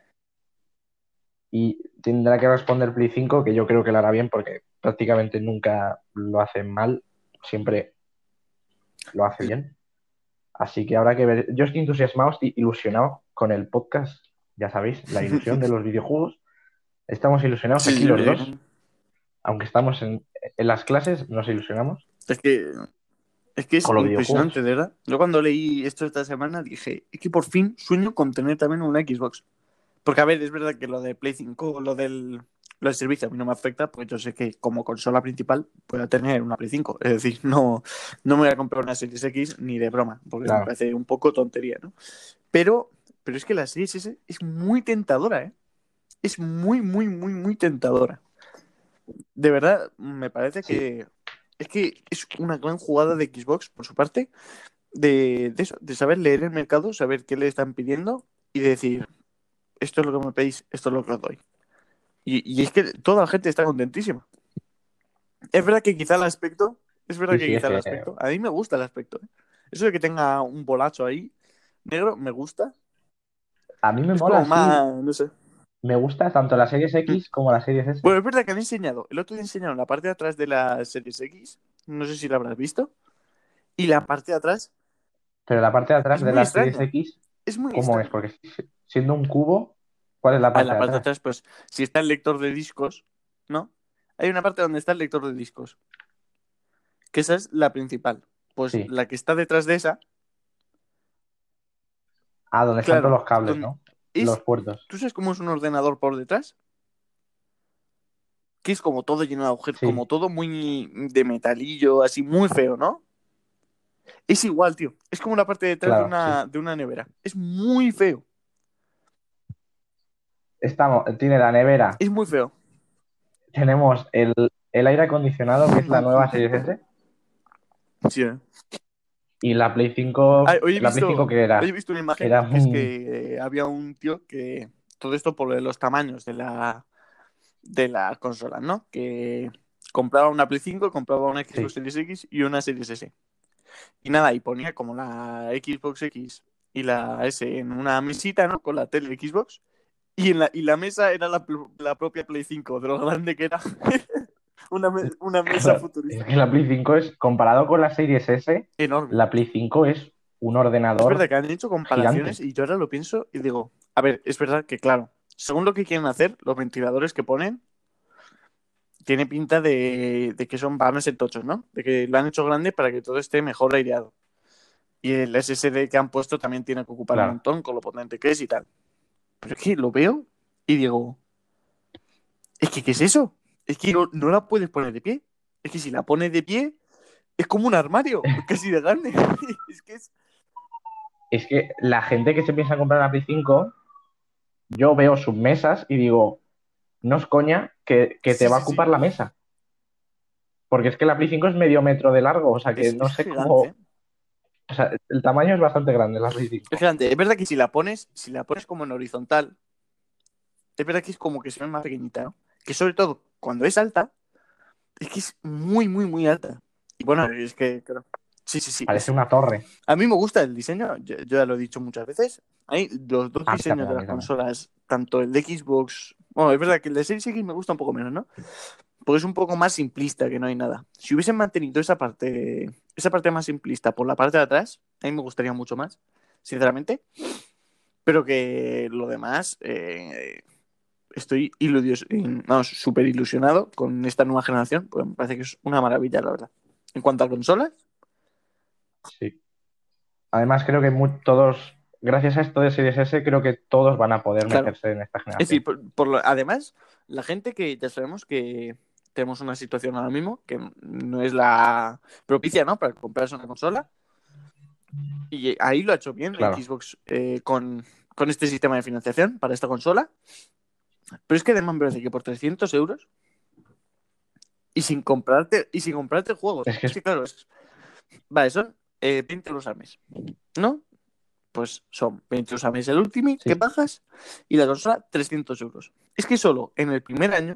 y tendrá que responder Play 5, que yo creo que lo hará bien porque prácticamente nunca lo hace mal, siempre lo hace bien. Así que habrá que ver. Yo estoy entusiasmado, estoy ilusionado con el podcast, ya sabéis, la ilusión de los videojuegos. Estamos ilusionados Sí, aquí sí, los dos, aunque estamos en las clases, nos ilusionamos es que, es que es con los impresionante, videojuegos. de verdad. Yo cuando leí esto esta semana dije, es que por fin sueño con tener también una Xbox. Porque, a ver, es verdad que lo de Play 5, lo del servicio a mí no me afecta, pues yo sé que como consola principal puedo tener una Play 5. Es decir, no me voy a comprar una Series X ni de broma, porque me Claro, parece un poco tontería, ¿no? Pero, pero es que la Series S es muy tentadora, ¿eh? Es muy, muy, muy, muy tentadora. De verdad, me parece sí. que es una gran jugada de Xbox por su parte, de eso, de saber leer el mercado, saber qué le están pidiendo y decir, esto es lo que me pedís, esto es lo que os doy. Y es que toda la gente está contentísima. Es verdad que quizá el aspecto, es verdad Sí, que sí, es quizá el que aspecto, a mí me gusta el aspecto, ¿eh? Eso de que tenga un bolacho ahí, negro, me gusta. a mí me Es mola, como sí. más, no sé. Me gusta tanto la Series X como la Series S. Bueno, es verdad que han enseñado, el otro día enseñaron la parte de atrás de la Series X, no sé si la habrás visto, y la parte de atrás Pero la parte de es atrás de muy la Series extraña, X, es muy ¿cómo es? extraña. Porque siendo un cubo, ¿cuál es la En parte la de parte de atrás? atrás, pues, si está el lector de discos, ¿no? Hay una parte donde está el lector de discos, que esa es la principal. Pues Sí. la que está detrás de esa, Ah, donde están todos claro, los cables, donde ¿no? Los es, puertos. ¿tú sabes cómo es un ordenador por detrás? Que es como todo lleno de agujeros, como Sí, todo muy de metalillo, así muy feo, ¿no? Es igual, tío. Es como la parte de detrás claro, sí. de una nevera. Es muy feo. Tiene la nevera, Es muy feo. tenemos el aire acondicionado, que es la nueva Series S, Sí, ¿eh? y la Play 5, la Play 5 que Hoy he era, visto una que imagen era que es un... que había un tío que todo esto por los tamaños de las consolas, ¿no? Que compraba una Play 5, compraba una Xbox Sí. Series X y una Series S. Y nada, y ponía como la Xbox X y la S en una mesita, ¿no? Con la tele Xbox. Y la mesa era la propia Play 5, de lo grande que era. Una mesa Claro, es futurista. que la Play 5 es, comparado con la Series S, Enorme. la Play 5 es un Es verdad ordenador que han hecho comparaciones gigante. y yo ahora lo pienso y digo, a ver, es verdad que claro, según lo que quieren hacer, los ventiladores que ponen, tiene pinta de que van a ser tochos, ¿no? De que lo han hecho grande para que todo esté mejor aireado. Y el SSD que han puesto también tiene que ocupar un Claro. montón con lo potente que es y tal. Pero es que lo veo y digo, es que ¿qué es eso? Es que no la puedes poner de pie. Es que si la pones de pie, es como un armario, casi de grande. Es que es... Es que la gente que se piensa comprar la Play 5, yo veo sus mesas y digo, no es coña que te Sí, va a sí, sí. ocupar la mesa. Porque es que la Play 5 es medio metro de largo, o sea que no Es sé gigante, ¿eh? cómo. O sea, el tamaño es bastante grande la Play Es 5. gigante. Es verdad que si la pones como en horizontal, es verdad que es como que se ve más pequeñita, ¿no? Que sobre todo, cuando es alta, es que es muy, muy, muy alta. Y bueno, es que, claro, sí, Parece una torre. a mí me gusta el diseño, yo ya lo he dicho muchas veces. Hay los dos diseños de A las mí también. consolas, tanto el de Xbox, bueno, es verdad que el de Series X me gusta un poco menos, ¿no? Porque es un poco más simplista, que no hay nada. Si hubiesen mantenido esa parte más simplista por la parte de atrás, a mí me gustaría mucho más, sinceramente. Pero que lo demás, estoy súper ilusionado con esta nueva generación, pues me parece que es una maravilla, la verdad. En cuanto a consolas, Sí. Además, creo que todos, gracias a esto de Series S, creo que todos van a poder claro. meterse en esta Es decir, generación. además, la gente que ya sabemos que tenemos una situación ahora mismo que no es la propicia, ¿no? Para comprarse una consola. Y ahí lo ha hecho bien Claro. Xbox con este sistema de financiación para esta consola. Pero es que además me parece que por 300 euros y sin comprarte juegos. Es que Es que claro, vale, son 20 euros al mes, ¿no? Pues son 20 euros al mes el Ultimate que sí, pagas y la consola 300 euros. Es que solo en el primer año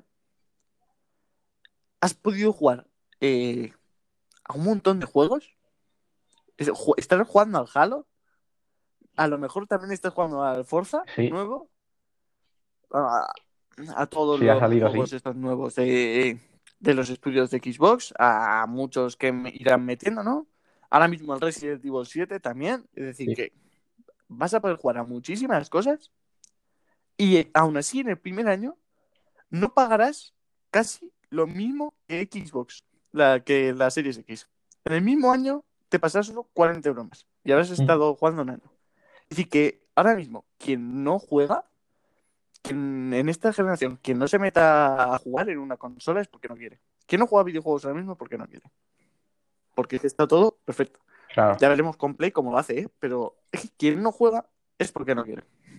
has podido jugar a un montón de juegos. Estás jugando al Halo, a lo mejor también estás jugando al Forza sí, nuevo, a, a todos sí ha los salido juegos así. estos nuevos de los estudios de Xbox, a muchos que irán metiendo, ¿no? Ahora mismo el Resident Evil 7 también, es decir, Sí. que vas a poder jugar a muchísimas cosas y aún así en el primer año no pagarás casi lo mismo que Xbox, que la Series X. En el mismo año te pasarás solo 40 euros más y habrás Mm. estado jugando un año. Es decir, que ahora mismo quien no juega, quien en esta generación, quien no se meta a jugar en una consola es porque no quiere. Quien no juega videojuegos ahora mismo es porque no quiere. Porque es que está todo perfecto. Claro. Ya veremos con Play cómo lo hace, ¿eh? Pero es que quien no juega es porque no quiere.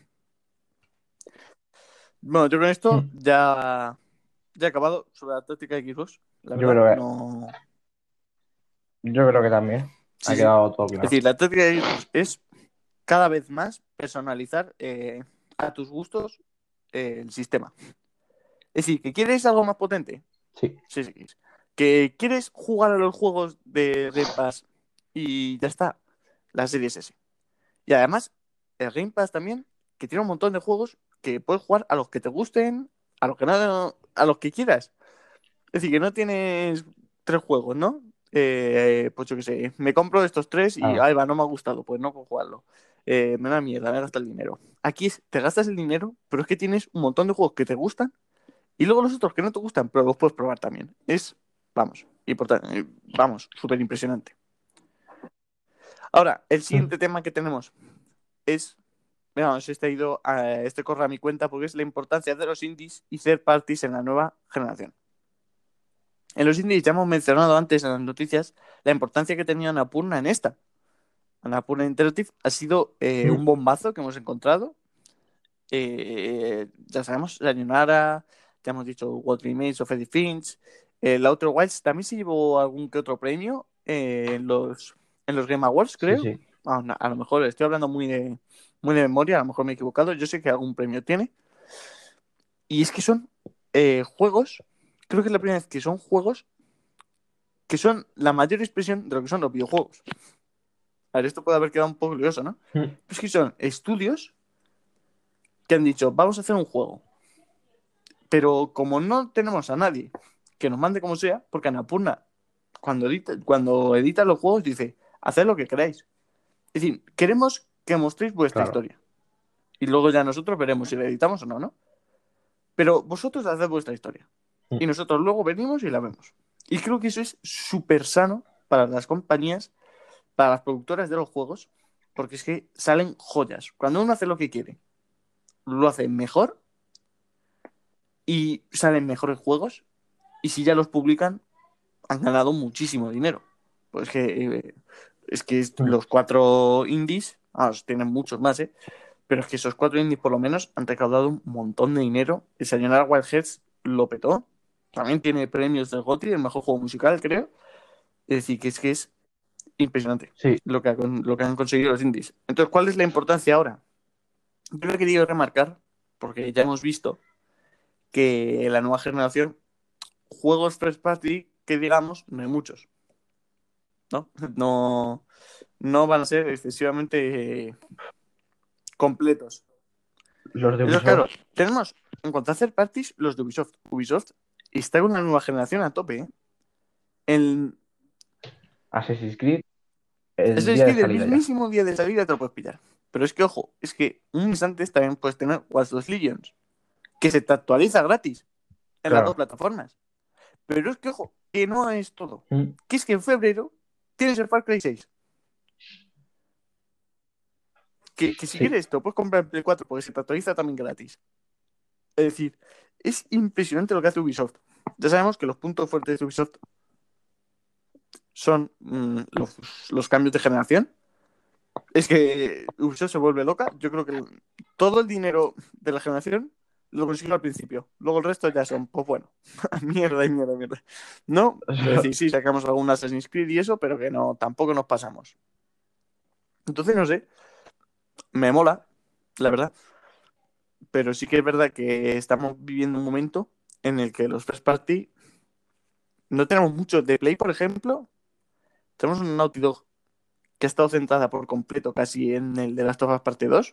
Bueno, yo con esto Mm. ya he acabado sobre la táctica de Xbox, la Yo verdad. creo que, No. yo creo que también ha Sí. quedado todo Es claro. decir, la táctica de Xbox es cada vez más personalizar a tus gustos el sistema. Es decir, que quieres algo más potente, Sí, sí, sí. Que quieres jugar a los juegos de Game Pass y ya está, la Series S. Y además, el Game Pass también, que tiene un montón de juegos que puedes jugar a los que te gusten, a los que no, a los que quieras. Es decir, que no tienes tres juegos, ¿no? Pues yo qué sé, me compro estos tres y claro. ahí va, no me ha gustado, pues no puedo jugarlo. Me da mierda, me gasta el dinero. Aquí te gastas el dinero, pero es que tienes un montón de juegos que te gustan y luego los otros que no te gustan, pero los puedes probar también. Vamos, importante, vamos, súper impresionante. Ahora, el Mm. siguiente tema que tenemos es, vamos, este corre a mi cuenta porque es la importancia de los indies y third parties en la nueva generación. En los indies ya hemos mencionado antes en las noticias la importancia que tenía Annapurna en esta. Annapurna Interactive ha sido un Mm. bombazo que hemos encontrado. Ya sabemos, Sayonara, ya hemos dicho What Remains of Edith Finch. La Outer Wilds también se llevó algún que otro premio en los Game Awards, Sí, creo. sí. A lo mejor estoy hablando muy de memoria, a lo mejor me he equivocado. Yo sé que algún premio tiene. Y es que son juegos, creo que es la primera vez que son juegos que son la mayor expresión de lo que son los videojuegos. A ver, esto puede haber quedado un poco curioso, ¿no? Mm. Pero es que son estudios que han dicho, vamos a hacer un juego. Pero como no tenemos a nadie que nos mande como sea, porque Annapurna, cuando edita los juegos, dice, haced lo que queráis. Es decir, queremos que mostréis vuestra Claro. historia. Y luego ya nosotros veremos si la editamos o no, ¿no? Pero vosotros haced vuestra historia. Mm. Y nosotros luego venimos y la vemos. Y creo que eso es súper sano para las compañías, para las productoras de los juegos, porque es que salen joyas. Cuando uno hace lo que quiere, lo hace mejor y salen mejores juegos. Y si ya los publican, han ganado muchísimo dinero. Pues que Mm. los cuatro indies, tienen muchos más, ¿eh? Pero es que esos cuatro indies por lo menos han recaudado un montón de dinero. El Sayonara Wild Hearts lo petó. También tiene premios del GOTY, el mejor juego musical, creo. Es decir, que es impresionante Sí, lo que han conseguido los indies. Entonces, ¿cuál es la importancia ahora? Yo lo he querido remarcar, porque ya hemos visto que la nueva generación juegos first party que digamos, no hay muchos, ¿no? No, no van a ser excesivamente completos. Los de Eso claro, Ubisoft, tenemos, en cuanto a hacer parties, los de Ubisoft. Ubisoft está con una nueva generación a tope, ¿eh? El, Assassin's Creed, el es día de que del salida ya. mismísimo día de salida te lo puedes pillar. Pero es que, ojo, es que un mes antes también puedes tener Watch Dogs Legions, que se te actualiza gratis en las dos Claro. plataformas. Pero es que, ojo, que no es todo. Mm. Que es que en febrero tienes el Far Cry 6. Que si Sí, quieres, te lo puedes comprar en Play 4 porque se te actualiza también gratis. Es decir, es impresionante lo que hace Ubisoft. Ya sabemos que los puntos fuertes de Ubisoft son los cambios de generación. Es que Ubisoft se vuelve loca. Yo creo que todo el dinero de la generación lo consigo al principio. Luego el resto ya son, pues bueno, mierda y mierda, mierda. No, es decir, sí, sacamos algún Assassin's Creed y eso, pero que no, tampoco nos pasamos. Entonces, no sé, me mola, la verdad. Pero sí que es verdad que estamos viviendo un momento en el que los first party no tenemos mucho de Play, por ejemplo. Tenemos un Naughty Dog que ha estado centrada por completo casi en el de Last of Us Parte 2.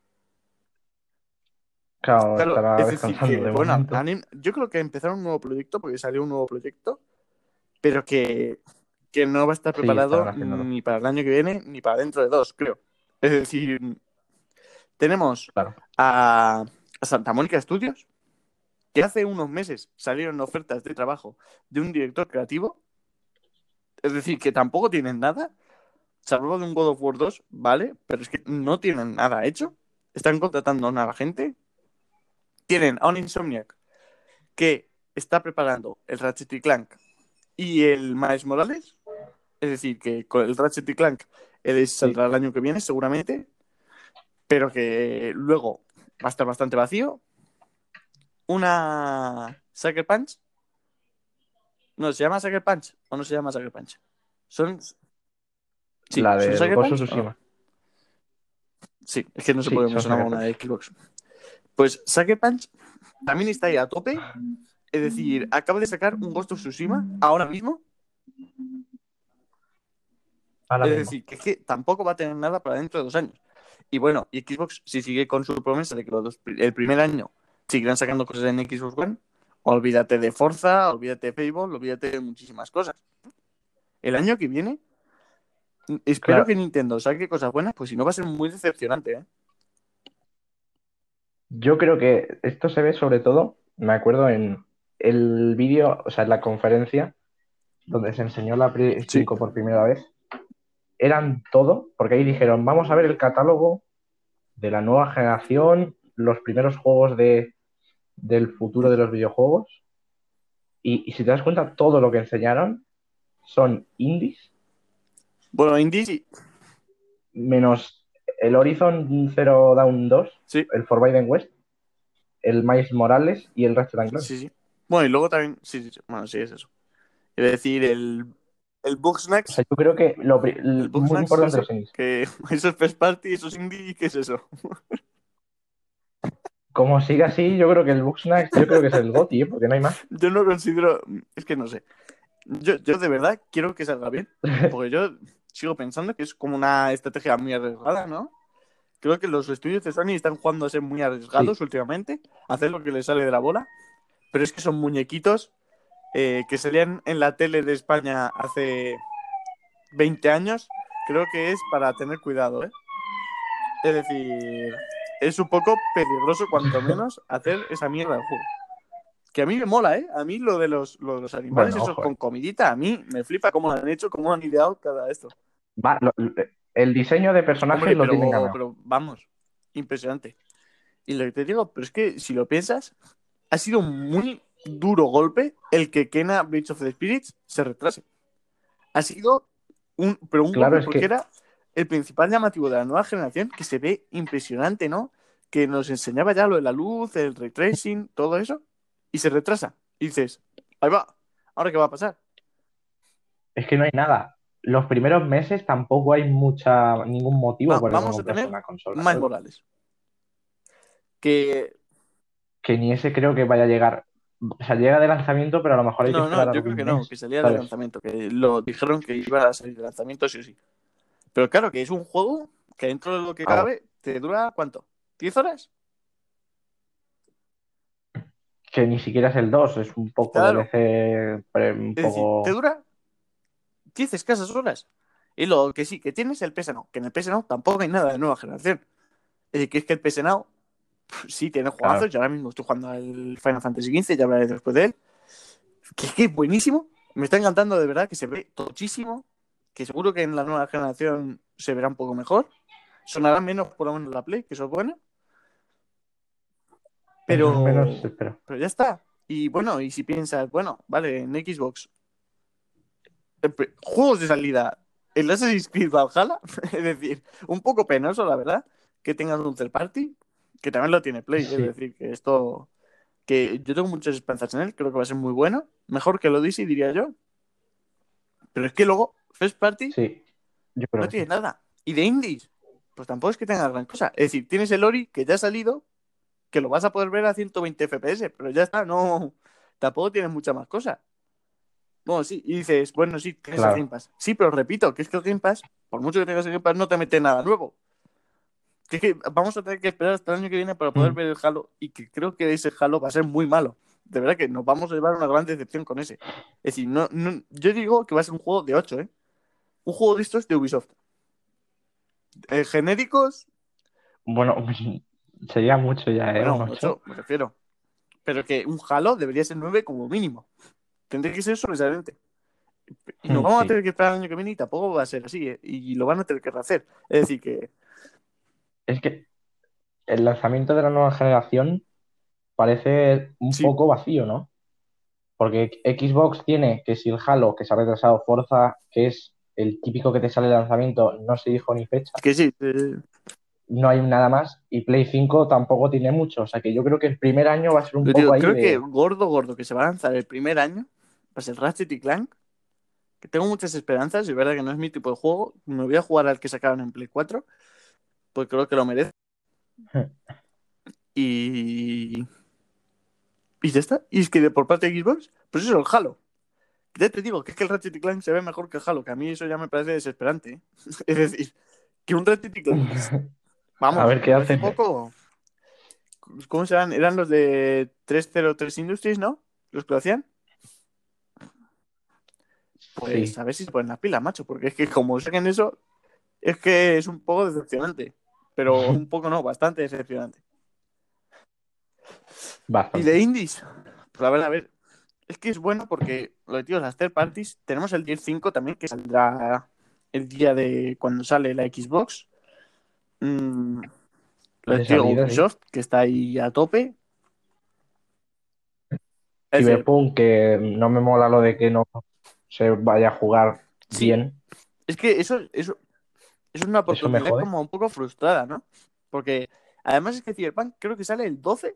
claro, Claro, estará es decir, descansando que de bueno, momento. yo creo que empezaron un nuevo proyecto porque salió un nuevo proyecto, pero que no va a estar Sí, estarán preparado haciéndolo. ni para el año que viene ni para dentro de dos, creo. Es decir, tenemos Claro. a Santa Mónica Studios, que hace unos meses salieron ofertas de trabajo de un director creativo, es decir, que tampoco tienen nada, salvo de un God of War 2, ¿vale? Pero es que no tienen nada hecho, están contratando a nada gente, tienen a un Insomniac que está preparando el Ratchet y Clank y el Miles Morales, es decir, que con el Ratchet y Clank Sí, saldrá el año que viene seguramente, pero que luego va a estar bastante vacío. Una Sucker Punch, no, ¿se llama Sucker Punch o no se llama Sucker Punch? ¿Son, sí, la ¿son del Sucker Ghost of Punch o no? Tsushima. Sí, es que no sé por Sí, qué me son sonaba Sucker una Punch. de Xbox. Pues Sucker Punch también está ahí a tope, es decir, acaba de sacar un Ghost of Tsushima ahora mismo. Ahora Es mismo. decir, que es que tampoco va a tener nada para dentro de 2 años. Y bueno, y Xbox, si sigue con su promesa de que el primer año seguirán sacando cosas en Xbox One, olvídate de Forza, olvídate de Fable, olvídate de muchísimas cosas. El año que viene, espero Claro, que Nintendo saque cosas buenas, pues si no va a ser muy decepcionante, ¿eh? yo creo que esto se ve sobre todo, me acuerdo en el vídeo, o sea, en la conferencia donde se enseñó la Play Sí. 5 por primera vez, eran todo, porque ahí dijeron, vamos a ver el catálogo de la nueva generación, los primeros juegos del futuro de los videojuegos, y si te das cuenta, todo lo que enseñaron son indies, Bueno, Indie sí. menos el Horizon Zero Dawn 2, Sí, el Forbidden West, el Miles Morales y el Ratchet and Clank. sí, sí. Bueno, y luego también, sí, sí, sí. Bueno, sí, es eso. Es decir, el O Bugsnax, sea, yo creo que el muy Bugsnax importante los ese, indies. que eso es First Party, eso es Indie, ¿qué es eso? Como siga así, yo creo que el Bugsnax, yo creo que es el GOTY, ¿eh? Porque no hay más. Yo no considero, es que no sé. Yo de verdad quiero que salga bien, porque yo sigo pensando que es como una estrategia muy arriesgada, ¿no? Creo que los estudios de Sony están jugando a ser muy Sí, arriesgados últimamente, a hacer lo que les sale de la bola, pero es que son muñequitos que salían en la tele de España hace 20 años, creo que es para tener cuidado, ¿eh? Es decir, es un poco peligroso, cuanto menos, hacer esa mierda de juego. Que a mí me mola, ¿eh? A mí lo de los animales, bueno, esos ojo. con comidita, a mí me flipa cómo lo han hecho, cómo han ideado cada esto. El diseño de personajes Hombre, lo tienen ganado. pero vamos, impresionante. Y lo que te digo, pero es que si lo piensas, ha sido un muy duro golpe el que Kena Bridge of the Spirits se retrase. Ha sido pero un Claro, golpe es porque que, era el principal llamativo de la nueva generación, que se ve impresionante, ¿no? Que nos enseñaba ya lo de la luz, el ray tracing, todo eso, y se retrasa. Y dices, ahí va, ¿ahora qué va a pasar? es que no hay nada. Los primeros meses tampoco hay ningún motivo por el que Vamos a comprarse tener una consola, más ¿sabes? Morales. Que Que ni ese creo que vaya a llegar. llega de lanzamiento, pero a lo mejor hay que No, esperar yo creo algún que no, mes, que salía de ¿sabes? lanzamiento, que lo dijeron que iba a salir de lanzamiento sí o sí. Pero claro, que es un juego que dentro de lo que Ah, bueno, cabe te dura ¿cuánto? ¿10 horas? que ni siquiera es el 2 es un poco Claro. DLC, un Es decir, te poco... dura 10 escasas horas. Y lo que sí, que tienes el PS Now, que en el PS Now tampoco hay nada de nueva generación. Es decir, que es que el PS Now sí tiene juegazos. Claro. Yo ahora mismo estoy jugando al Final Fantasy XV, ya hablaré después de él. Que es buenísimo. Me está encantando de verdad, que se ve tochísimo. Que seguro que en la nueva generación se verá un poco mejor. Sonará menos por lo menos la Play, que eso es bueno. Eso es menos, Pero, espero. pero ya está. Y bueno, y si piensas, bueno, vale, en Xbox, juegos de salida, el Assassin's Creed Valhalla, es decir, un poco penoso, la verdad, que tengas un third party, que también lo tiene Play, es Sí, decir, que esto, que yo tengo muchas esperanzas en él, creo que va a ser muy bueno, mejor que el Odyssey, diría yo, pero es que luego, first party, sí, yo creo no que tiene sí. nada. Y de indies, pues tampoco es que tenga gran cosa. Es decir, tienes el Ori, que ya ha salido, que lo vas a poder ver a 120 FPS, pero ya está, no, tampoco tienes mucha más cosa. Bueno, sí, y dices, bueno, sí, tienes el Game Claro. Pass. Sí, pero repito, que es que el Game Pass, por mucho que tengas el Game Pass, no te mete nada nuevo. Que es que vamos a tener que esperar hasta el año que viene para poder Mm. ver el Halo y que creo que ese Halo va a ser muy malo. De verdad que nos vamos a llevar una gran decepción con ese. Es decir, yo digo que va a ser un juego de 8, ¿eh? Un juego de estos de Ubisoft. Genéricos, Bueno, sería mucho ya, ¿eh? Un bueno, 8. 8 me refiero. Pero que un Halo debería ser 9 como mínimo. Tendría que ser sobresaliente. Y nos vamos a Sí. tener que esperar el año que viene y tampoco va a ser así, ¿eh? Y lo van a tener que rehacer. Es decir, que Es que el lanzamiento de la nueva generación parece un sí, poco vacío, ¿no? Porque Xbox tiene que si el Halo, que se ha retrasado, Forza, que es el típico que te sale de lanzamiento, no se dijo ni fecha, que sí. no hay nada más, y Play 5 tampoco tiene mucho. O sea que yo creo que el primer año va a ser un Yo poco digo, ahí creo que de... gordo, gordo, que se va a lanzar el primer año va a ser Ratchet y Clank, que tengo muchas esperanzas, y es verdad que no es mi tipo de juego. Me voy a jugar al que sacaron en Play 4, porque creo que lo merece. Y, y ya está. Y es que por parte de Xbox, pues eso, el Halo. Ya te digo, que es que el Ratchet y Clank se ve mejor que el Halo, que a mí eso ya me parece desesperante, ¿eh? Es decir, que un Ratchet y Clank, A vamos, ver qué como hace hacen. poco, ¿cómo se llaman? Eran los de 303 Industries, ¿no? Los que lo hacían. Pues Sí, a ver si se ponen las pilas, macho, porque es que como saquen eso, es que es un poco decepcionante. Pero un poco no, bastante decepcionante. Y de bastante. indies, pues a ver, es que es bueno porque, lo de tío, las third parties, tenemos el 10.5 también, que saldrá el día de cuando sale la Xbox. Mm, lo de De tío salida, sí. Ubisoft, que está ahí a tope. Ese, Cyberpunk, que no me mola lo de que no se vaya a jugar sí, bien. es que eso es una Eso me oportunidad jode. como un poco frustrada, ¿no? Porque además es que Cyberpunk creo que sale el 12,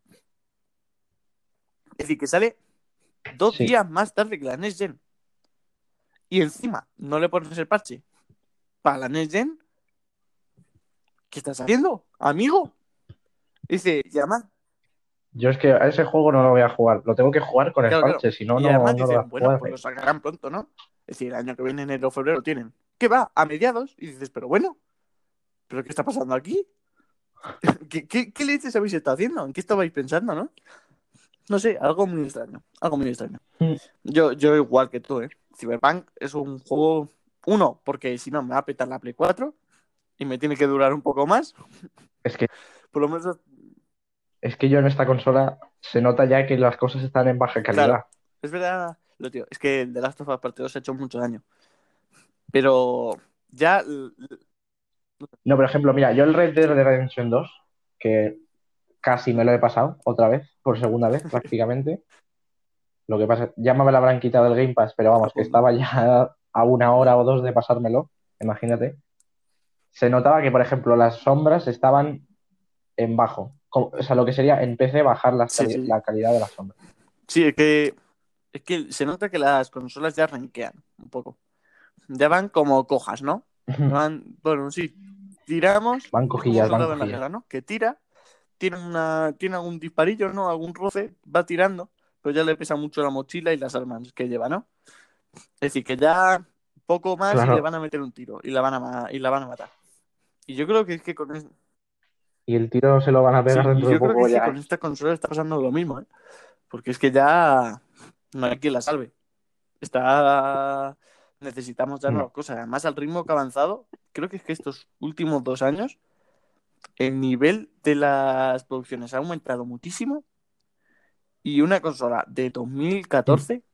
es decir, que sale dos Sí. días más tarde que la Next Gen. Y encima no le pones el parche para la Next Gen. ¿Qué estás haciendo, amigo? Dice, llama. Yo es que a ese juego no lo voy a jugar. Lo tengo que jugar con el Claro, claro. parche, si no, Y además no lo voy a dicen, bueno, pues jugar. lo sacarán pronto, ¿no? Es decir, el año que viene, enero o febrero, tienen. ¿Qué va? A mediados. Y dices, pero bueno, ¿pero qué está pasando aquí? ¿Qué leches habéis estado haciendo? ¿En qué estabais pensando, no? No sé, algo muy extraño. Algo muy extraño. Mm. Yo igual que tú, ¿eh? Cyberpunk es un juego. Uno, porque si no me va a petar la Play 4 y me tiene que durar un poco más. Es que, Por lo menos, es que yo en esta consola se nota ya que las cosas están en baja claro. calidad. Es verdad, lo tío. Es que el The Last of Us Part 2 ha hecho mucho daño. Pero ya. No, por ejemplo, mira, yo el Red Dead Redemption 2, que casi me lo he pasado otra vez, por segunda vez prácticamente. Lo que pasa, ya me la habrán quitado el Game Pass, pero vamos, que estaba ya a una hora o dos de pasármelo, imagínate. Se notaba que, por ejemplo, las sombras estaban en bajo. O sea, lo que sería en PC bajar Sí, sí. la calidad de las sombras. Sí, es que se nota que las consolas ya ranquean un poco. Ya van como cojas, ¿no? Bueno, sí, tiramos. Van Es como un cojillas, van soldado en la cojillas. guerra, ¿no? Que tira, tiene algún disparillo, ¿no? Algún roce, va tirando, pero ya le pesa mucho la mochila y las armas que lleva, ¿no? Es decir, que ya poco más y le Claro. van a meter un tiro y la van a matar. Y yo creo que es que Y el tiro se lo van a sí, pegar y dentro de yo creo que poco es que ya, con ¿eh? esta consola está pasando lo mismo, ¿eh? Porque es que ya no hay quien la salve. Está necesitamos ya nuevas No. cosas. Además, al ritmo que ha avanzado, creo que es que estos últimos 2 años el nivel de las producciones ha aumentado muchísimo y una consola de Mm. 2014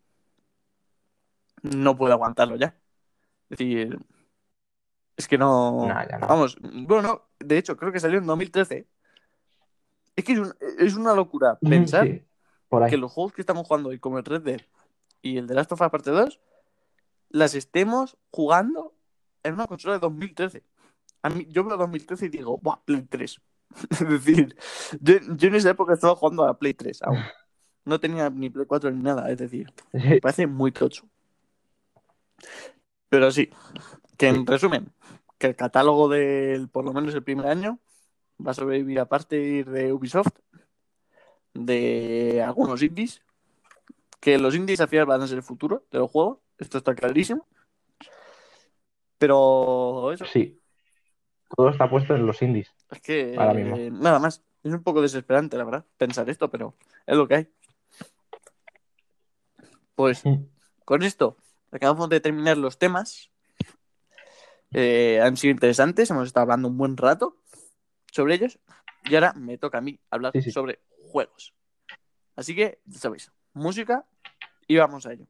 no puede aguantarlo ya. Es decir, es que No, no. ya no. Vamos, bueno, de hecho, creo que salió en 2013. Es que es una locura pensar Sí, por que ahí. los juegos que estamos jugando hoy, como el Red Dead y el de Last of Us Parte 2, las estemos jugando en una consola de 2013. A mí, yo veo 2013 y digo, ¡buah, Play 3! Es decir, yo en esa época estaba jugando a Play 3 aún. No tenía ni Play 4 ni nada, es decir, me Sí, parece muy tocho. Pero sí, que en sí, resumen, que el catálogo del, por lo menos el primer año, va a sobrevivir a partir de Ubisoft, de algunos indies, que los indies al final van a ser el futuro de los juegos, esto está clarísimo, pero eso, sí. Todo está puesto en los indies es ahora mismo. que nada más, es un poco desesperante la verdad, pensar esto, pero es lo que hay. Pues Mm. con esto acabamos de terminar los temas, han sido interesantes, hemos estado hablando un buen rato sobre ellos y ahora me toca a mí hablar Sí, sí. sobre juegos. Así que, ya sabéis, música y vamos a ello.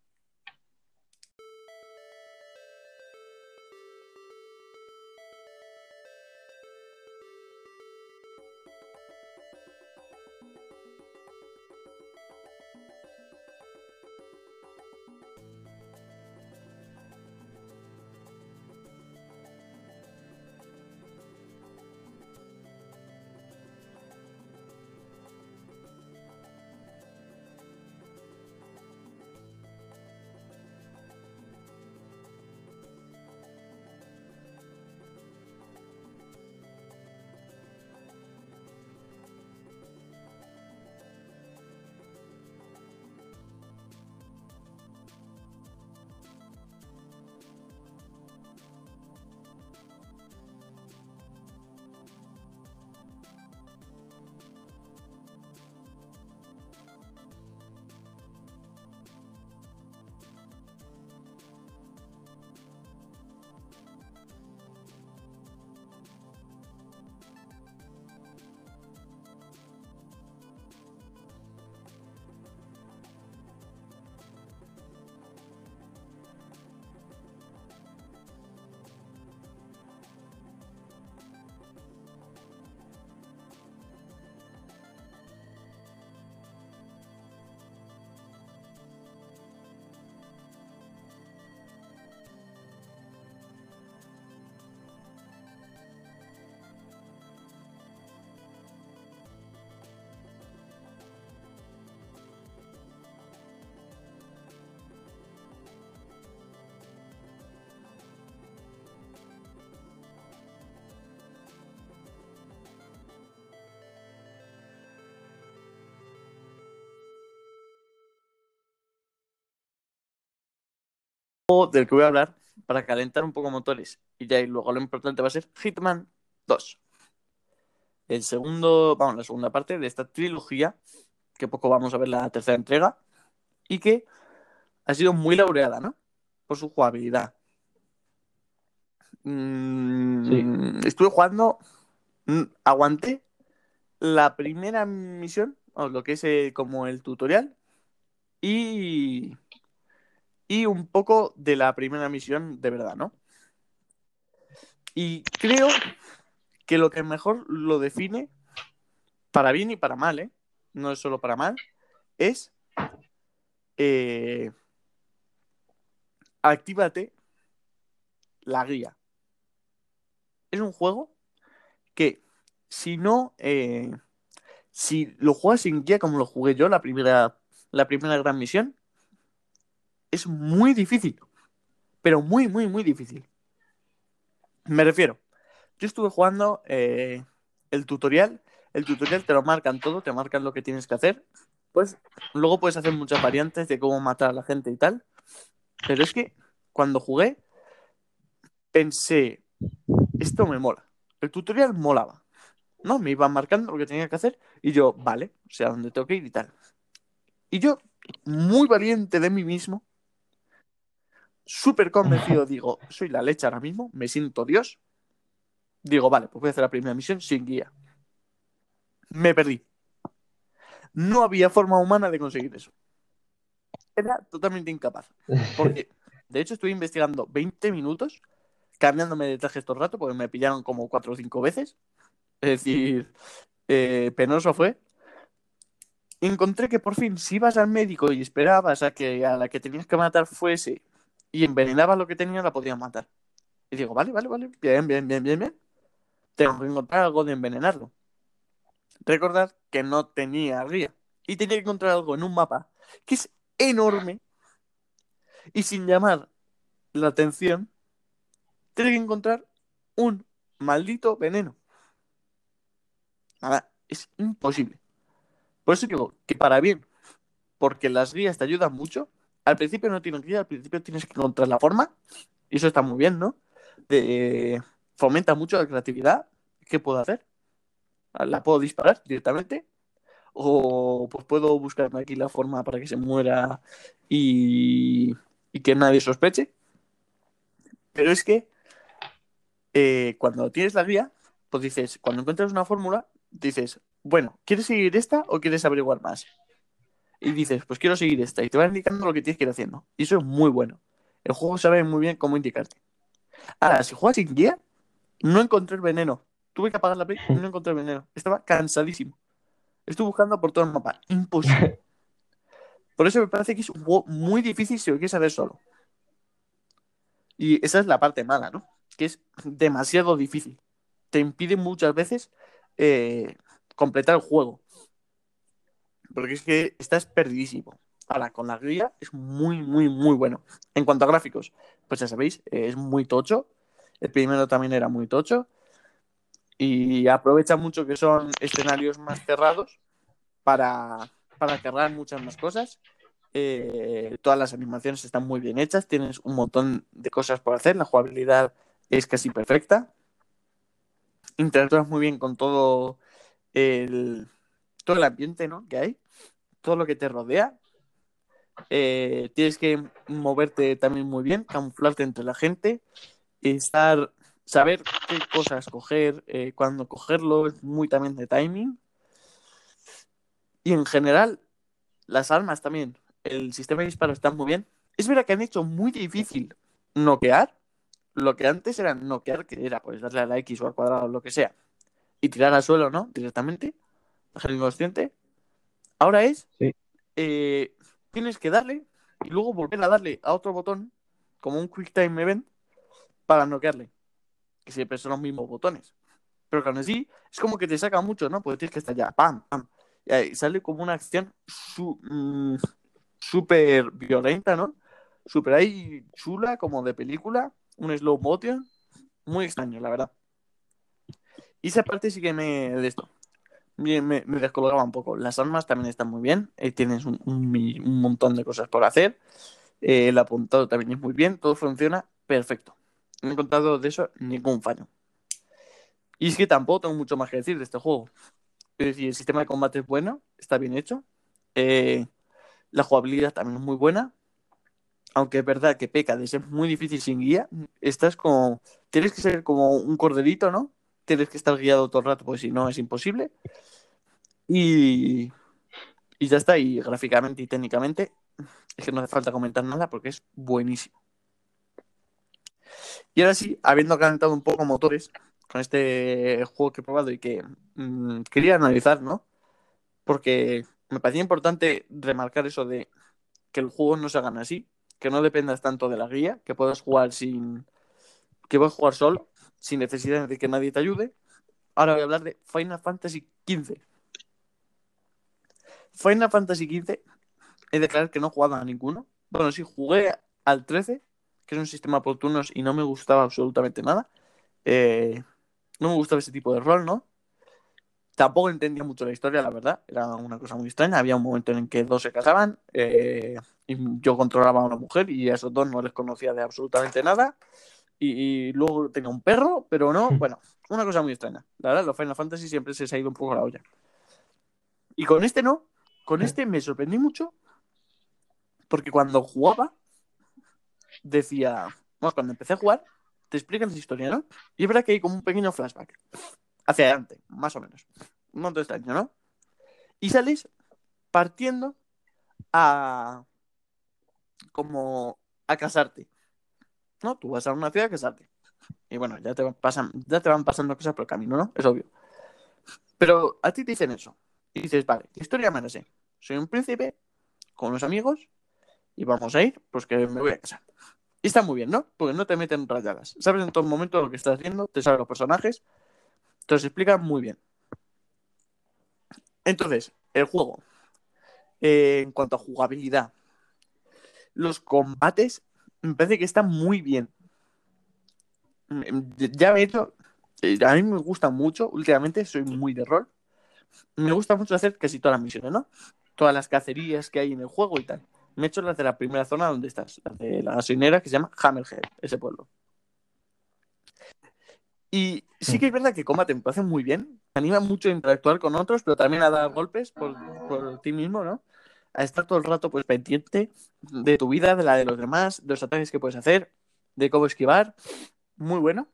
Juego del que voy a hablar para calentar un poco motores y ya y luego lo importante va a ser Hitman 2. El segundo, vamos, la segunda parte de esta trilogía, que poco vamos a ver la tercera entrega, y que ha sido muy laureada, ¿no? Por su jugabilidad. Sí. Estuve jugando, aguanté la primera misión, o lo que es como el tutorial, y, y un poco de la primera misión de verdad, ¿no? Y creo que lo que mejor lo define, para bien y para mal, ¿eh? No es solo para mal, es eh, actívate la guía. Es un juego que si no, si lo juegas sin guía como lo jugué yo la primera gran misión, es muy difícil, pero muy, muy, muy difícil. Me refiero, yo estuve jugando el tutorial te lo marcan todo, te marcan lo que tienes que hacer, Pues luego puedes hacer muchas variantes de cómo matar a la gente y tal. Pero es que cuando jugué, pensé, esto me mola. El tutorial molaba. ¿No? Me iban marcando lo que tenía que hacer y yo, vale, o sea, dónde tengo que ir y tal. Y yo, muy valiente de mí mismo, súper convencido, digo, soy la leche ahora mismo, me siento Dios. Digo, vale, pues voy a hacer la primera misión sin guía. Me perdí. No había forma humana de conseguir eso. Era totalmente incapaz. Porque, de hecho, estuve investigando 20 minutos, cambiándome de traje todo el rato, porque me pillaron como 4 o 5 veces. Es decir, penoso fue. Encontré que por fin, si ibas al médico y esperabas a que a la que tenías que matar fuese y envenenabas lo que tenía, la podías matar. Y digo, vale, vale, vale, bien, bien, bien, bien, bien. Tengo que encontrar algo de envenenarlo. Recordad que no tenía guía. Y tenía que encontrar algo en un mapa que es enorme y sin llamar la atención, tenía que encontrar un maldito veneno. Nada, es imposible. Por eso digo que para bien, porque las guías te ayudan mucho. Al principio no tienes guía, al principio tienes que encontrar la forma. Y eso está muy bien, ¿no? Fomenta mucho la creatividad. ¿Qué puedo hacer? ¿La puedo disparar directamente? O pues puedo buscarme aquí la forma para que se muera y que nadie sospeche. Pero es que cuando tienes la guía, pues dices, cuando encuentras una fórmula, dices, bueno, ¿quieres seguir esta o quieres averiguar más? Y dices, pues quiero seguir esta. Y te va indicando lo que tienes que ir haciendo. Y eso es muy bueno. El juego sabe muy bien cómo indicarte. Ahora, si juegas sin guía, no encontré el veneno. Tuve que apagar la play y no encontré el veneno. Estaba cansadísimo. Estuve buscando por todo el mapa. Imposible. Por eso me parece que es un juego muy difícil si lo quieres hacer solo. Y esa es la parte mala, ¿no? Que es demasiado difícil. Te impide muchas veces eh, completar el juego. Porque es que estás perdidísimo. Ahora, con la guía es muy, muy, muy bueno. En cuanto a gráficos, pues ya sabéis, es muy tocho. El primero también era muy tocho. Y aprovecha mucho que son escenarios más cerrados para cargar muchas más cosas. Todas las animaciones están muy bien hechas, tienes un montón de cosas por hacer, la jugabilidad es casi perfecta, interactúas muy bien con el, todo el ambiente, ¿no? Que hay, todo lo que te rodea. Tienes que moverte también muy bien, camuflarte entre la gente, estar, saber qué cosas coger, cuándo cogerlo, es muy también de timing. Y en general, las armas también, el sistema de disparo está muy bien. Es verdad que han hecho muy difícil noquear lo que antes era noquear, que era pues darle a la X o al cuadrado o lo que sea, y tirar al suelo, ¿no? Directamente, dejar inconsciente. Ahora es, Sí. eh, tienes que darle y luego volver a darle a otro botón, como un Quick Time Event, para noquearle, que siempre son los mismos botones. Pero que aún así es como que te saca mucho, ¿no? Porque tienes que estar ya, pam, pam. Y ahí sale como una acción súper violenta, ¿no? Súper ahí chula, como de película, un slow motion, muy extraño, la verdad. Y esa parte sí que de esto. Me descolgaba un poco. Las armas también están muy bien. Tienes un montón de cosas por hacer. El apuntado también es muy bien. Todo funciona perfecto. No he encontrado de eso ningún fallo. Y es que tampoco tengo mucho más que decir de este juego. Es decir, el sistema de combate es bueno, está bien hecho. Eh, la jugabilidad también es muy buena. Aunque es verdad que peca de ser muy difícil sin guía. Estás como. Tienes que ser como un corderito, ¿no? Tienes que estar guiado todo el rato, porque si no es imposible. Y, y ya está. Y gráficamente y técnicamente es que no hace falta comentar nada porque es buenísimo. Y ahora sí, habiendo calentado un poco motores con este juego que he probado y que quería analizar, ¿no? Porque me parecía importante remarcar eso de que el juego no se hagan así, que no dependas tanto de la guía, que puedas jugar que puedas jugar solo, sin necesidad de que nadie te ayude. Ahora voy a hablar de Final Fantasy XV. Final Fantasy XV, he de declarar que no he jugado a ninguno. Bueno, sí, jugué al 13, que es un sistema por turnos y no me gustaba absolutamente nada. No me gustaba ese tipo de rol, ¿no? Tampoco entendía mucho la historia, la verdad. Era una cosa muy extraña. Había un momento en el que dos se casaban y yo controlaba a una mujer y a esos dos no les conocía de absolutamente nada. Y luego tenía un perro, pero no, bueno, una cosa muy extraña. La verdad, los Final Fantasy siempre se ha ido un poco a la olla. Y con este no, con este me sorprendí mucho porque cuando jugaba decía, bueno, cuando empecé a jugar, te explican la historia, ¿no? Y es verdad que hay como un pequeño flashback hacia adelante, más o menos. Un montón extraño, ¿no? Y sales partiendo a como a casarte, ¿no? Tú vas a una ciudad a casarte. Y bueno, ya te van pasando cosas por el camino, ¿no? Es obvio. Pero a ti te dicen eso. Y dices, vale, ¿qué historia me la sé? Soy un príncipe con unos amigos y vamos a ir, pues que me voy a casar. Y está muy bien, ¿no? Porque no te meten rayadas. Sabes en todo momento lo que estás haciendo, te saben los personajes, te los explican muy bien. Entonces, el juego, en cuanto a jugabilidad, los combates, me parece que están muy bien. Ya me he hecho. A mí me gusta mucho, últimamente soy muy de rol. Me gusta mucho hacer casi todas las misiones, ¿no? Todas las cacerías que hay en el juego y tal. Me he hecho las de la primera zona donde estás, las de la gasolinera que se llama Hammerhead, ese pueblo. Y sí que es verdad que combate me parece muy bien. Me anima mucho a interactuar con otros, pero también a dar golpes por ti mismo, ¿no? A estar todo el rato pues pendiente de tu vida, de la de los demás, de los ataques que puedes hacer, de cómo esquivar. Muy bueno.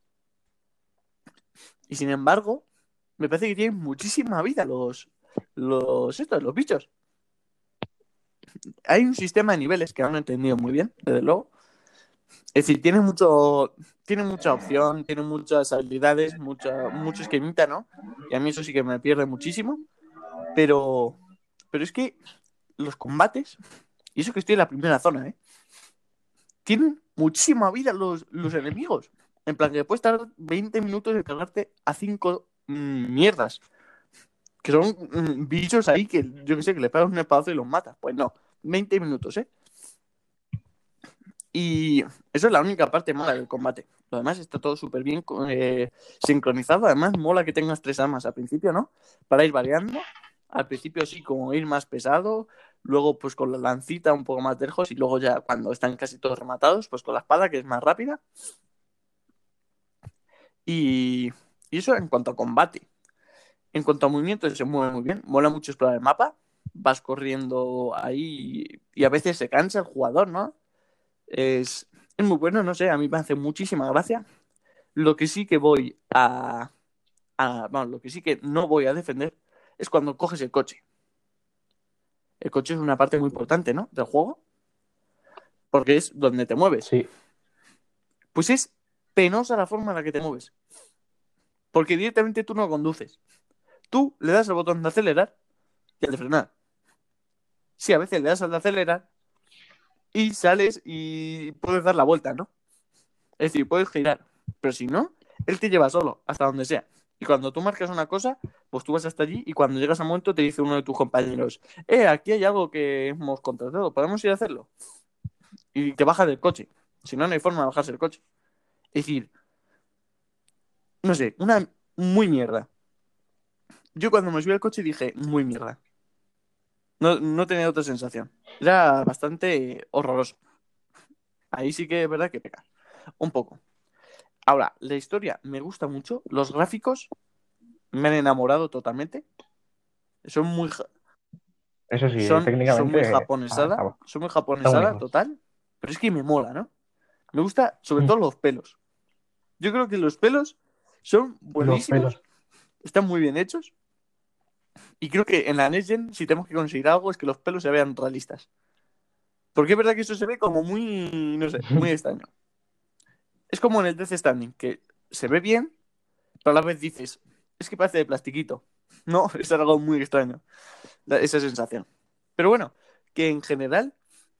Y sin embargo, me parece que tienen muchísima vida los bichos. Hay un sistema de niveles que aún no he entendido muy bien, desde luego. Es decir, tiene mucha opción, tiene muchas habilidades, mucho esquemita, ¿no? Y a mí eso sí que me pierde muchísimo. Pero, pero es que los combates, y eso que estoy en la primera zona, ¿eh? Tienen muchísima vida los enemigos. En plan, que puedes tardar 20 minutos en cargarte a 5 mierdas. Que son bichos ahí que yo que sé, que le pegas un espadazo y los matas. Pues no, 20 minutos, ¿eh? Y eso es la única parte mala del combate. Lo demás está todo súper bien sincronizado. Además, mola que tengas tres armas al principio, ¿no? Para ir variando. Al principio sí, como ir más pesado. Luego, pues con la lancita un poco más lejos. Y luego ya cuando están casi todos rematados, pues con la espada, que es más rápida. Y, y eso en cuanto a combate. En cuanto a movimiento, se mueve muy bien. Mola mucho explorar el mapa. Vas corriendo ahí y a veces se cansa el jugador, ¿no? Es muy bueno, no sé, a mí me hace muchísima gracia. Lo que sí que vamos, lo que sí que no voy a defender es cuando coges el coche. El coche es una parte muy importante, ¿no? Del juego, porque es donde te mueves. Sí, Pues es penosa la forma en la que te mueves, porque directamente tú no conduces. Tú le das al botón de acelerar y al de frenar. Sí, a veces le das al de acelerar y sales y puedes dar la vuelta, ¿no? Es decir, puedes girar, pero si no, él te lleva solo hasta donde sea. Y cuando tú marcas una cosa, pues tú vas hasta allí y cuando llegas al momento te dice uno de tus compañeros, aquí hay algo que hemos contratado, ¿podemos ir a hacerlo? Y te bajas del coche. Si no, no hay forma de bajarse del coche. Es decir, no sé, una muy mierda. Yo cuando me subí al coche dije, muy mierda. No, no tenía otra sensación. Era bastante horroroso. Ahí sí que es verdad que peca. Un poco. Ahora, la historia me gusta mucho. Los gráficos me han enamorado totalmente. Son muy, eso sí, son muy técnicamente japonesada. Son muy está japonesada, único. total. Pero es que me mola, ¿no? Me gusta sobre Mm, todo los pelos. Yo creo que los pelos son Los buenísimos. pelos. Están muy bien hechos. Y creo que en la Next Gen, si tenemos que conseguir algo, es que los pelos se vean realistas. Porque es verdad que eso se ve como muy, no sé, muy extraño. Es como en el Death Stranding, que se ve bien, pero a la vez dices, es que parece de plastiquito. No, es algo muy extraño, esa sensación. Pero bueno, que en general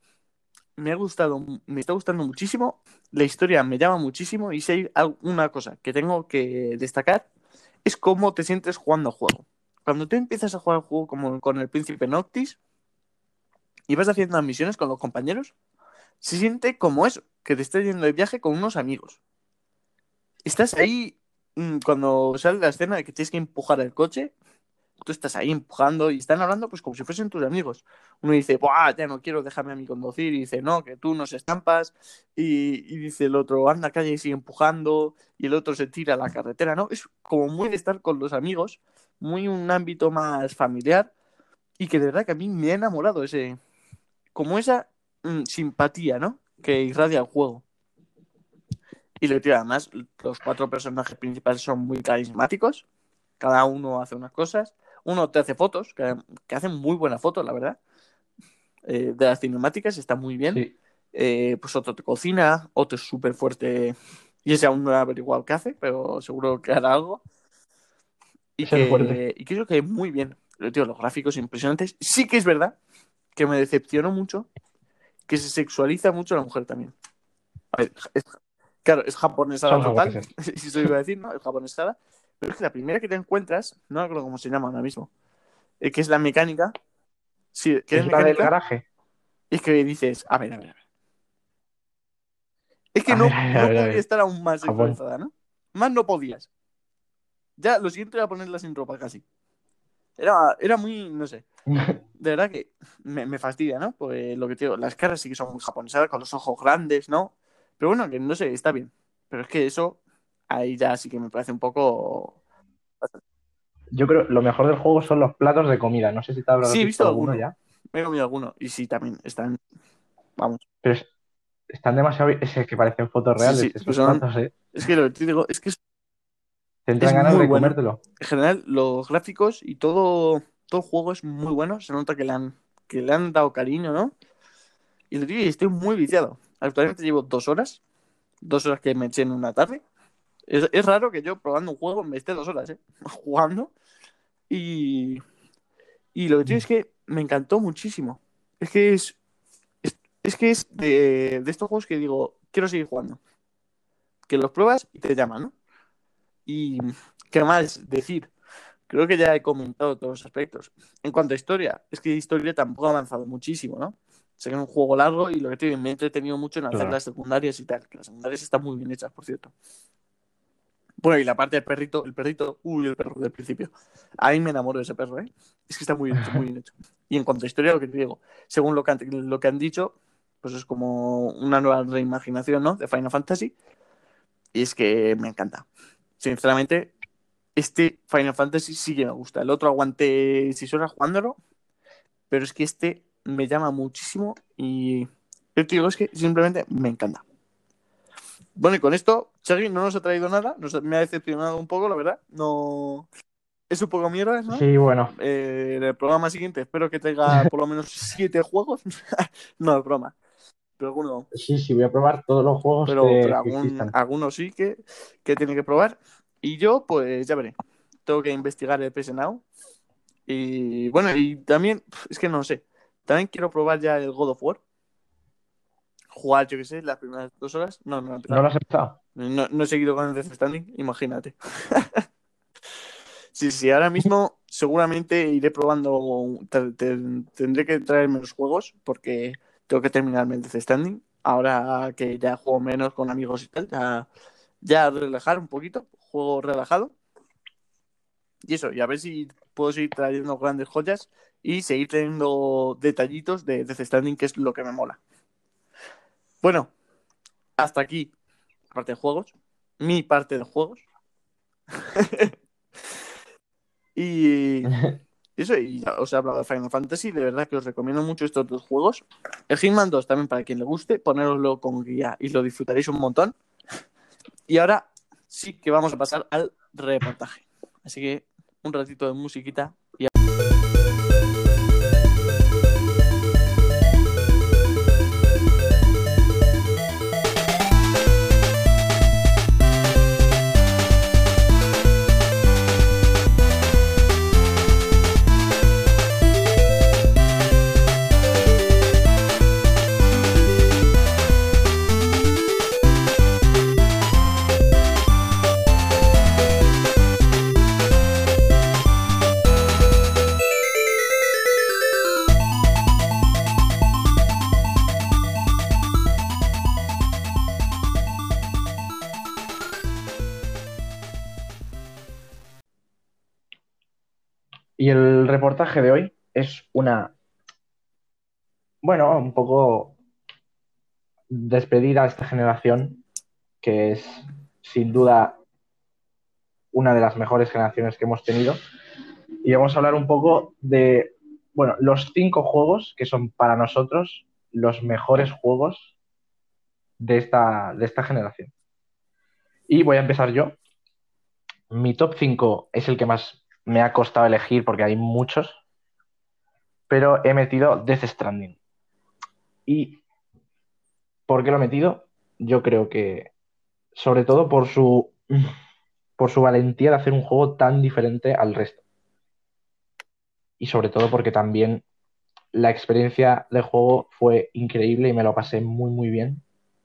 me está gustando muchísimo, la historia me llama muchísimo y si hay una cosa que tengo que destacar es cómo te sientes jugando al juego. Cuando tú empiezas a jugar al juego como con el príncipe Noctis y vas haciendo las misiones con los compañeros, se siente como eso, que te estás yendo de viaje con unos amigos. Estás ahí cuando sale la escena de que tienes que empujar el coche, tú estás ahí empujando y están hablando pues como si fuesen tus amigos. Uno dice, ¡buah! Ya no quiero dejarme a mí conducir. Y dice, no, que tú nos estampas. Y dice el otro, anda a calle y sigue empujando. Y el otro se tira a la carretera, ¿no? Es como muy de estar con los amigos, muy un ámbito más familiar. Y que de verdad que a mí me ha enamorado como esa simpatía, ¿no? Que irradia el juego. Y lo tío, además, los 4 personajes principales son muy carismáticos. Cada uno hace unas cosas. Uno te hace fotos, que hacen muy buenas fotos, la verdad. De las cinemáticas está muy bien. Sí, Pues otro te cocina, otro es súper fuerte. Y ese aún no he averiguado qué hace, pero seguro que hará algo. Y es el fuerte. que eso que muy bien. Pero, tío, los gráficos impresionantes. Sí que es verdad que me decepcionó mucho que se sexualiza mucho a la mujer también. A ver, claro, es japonesada Son total, japoneses. si eso iba a decir, ¿no? Es japonesada. Pero es que la primera que te encuentras, no me acuerdo cómo se llama ahora mismo, que es la mecánica, sí, que es Es la del mecánica, garaje. y es que dices, a ver. Es que A ver, no, a ver, a no ver, a podría ver. estar aún más Japón. sexualizada, ¿no? Más no podías. Ya, lo siguiente era ponerla sin ropa casi. Era muy, no sé, de verdad que me fastidia, ¿no? Pues lo que te digo, las caras sí que son muy japonesadas, con los ojos grandes, ¿no? Pero bueno, que no sé, está bien. Pero es que eso, ahí ya sí que me parece un poco... Yo creo que lo mejor del juego son los platos de comida. No sé si te habrás Sí, he visto visto alguno alguno. ya, Me he comido alguno. Y sí, también están, vamos. pero están demasiado. Es que parecen fotos Sí, sí, reales es que esos son... platos, ¿eh? Es que lo que te digo, es que Te es entran ganas muy de bueno. comértelo. En general, los gráficos y todo el juego es muy bueno. Se nota que le han dado cariño, ¿no? Y lo digo, estoy muy viciado. Actualmente llevo 2 horas. 2 horas que me eché en una tarde. Es raro que yo probando un juego me esté 2 horas, ¿eh? Jugando. Y, y lo que digo es que me encantó muchísimo. Es que es de estos juegos que digo, quiero seguir jugando. Que los pruebas y te llaman, ¿no? Y qué más decir. Creo que ya he comentado todos los aspectos. En cuanto a historia, es que historia tampoco ha avanzado muchísimo, ¿no? Sé que es un juego largo y lo que te digo, me he entretenido mucho en hacer Claro. las secundarias y tal. Que las secundarias están muy bien hechas, por cierto. Bueno, y la parte del perrito, el perro del principio. Ahí me enamoro de ese perro, ¿eh? Es que está muy bien hecho, muy bien hecho. Y en cuanto a historia, lo que te digo, según lo que han dicho, pues es como una nueva reimaginación, ¿no? De Final Fantasy. Y es que me encanta. Sinceramente, este Final Fantasy sí que me gusta. El otro aguanté 6 horas jugándolo, pero es que este me llama muchísimo y yo te digo, es que simplemente me encanta. Bueno, y con esto, Chagui no nos ha traído nada, me ha decepcionado un poco, la verdad. No. Es un poco mierda, ¿no? Sí, bueno. En el programa siguiente espero que tenga por lo menos 7 juegos. No, es broma. Pero alguno, Sí, sí, voy a probar todos los juegos pero que existan. algunos sí que tiene que probar. Y yo, pues ya veré. Tengo que investigar el PS Now. Y bueno, y también, es que no sé. También quiero probar ya el God of War. Jugar, yo qué sé, las primeras 2 horas. No, no he ¿No empezado. lo has empezado? No, no he seguido con el Death Stranding, imagínate. Sí, sí, ahora mismo seguramente iré probando. Tendré que traerme los juegos porque tengo que terminarme el Death Stranding. Ahora que ya juego menos con amigos y tal, ya relajar un poquito, juego relajado. Y eso, y a ver si puedo seguir trayendo grandes joyas y seguir teniendo detallitos de Death Stranding, que es lo que me mola. Bueno, hasta aquí, parte de juegos, mi parte de juegos. Y eso, y ya os he hablado de Final Fantasy, de verdad que os recomiendo mucho estos 2 juegos. El Hitman 2 también para quien le guste, ponéroslo con guía y lo disfrutaréis un montón. Y ahora sí que vamos a pasar al reportaje. Así que un ratito de musiquita y Y el reportaje de hoy es un poco despedir a esta generación, que es sin duda una de las mejores generaciones que hemos tenido. Y vamos a hablar un poco de, los 5 juegos que son para nosotros los mejores juegos de esta generación. Y voy a empezar yo. Mi top 5 es el que más me ha costado elegir porque hay muchos, pero he metido Death Stranding. ¿Y por qué lo he metido? Yo creo que, sobre todo por su valentía de hacer un juego tan diferente al resto. Y sobre todo porque también la experiencia de juego fue increíble y me lo pasé muy, muy bien.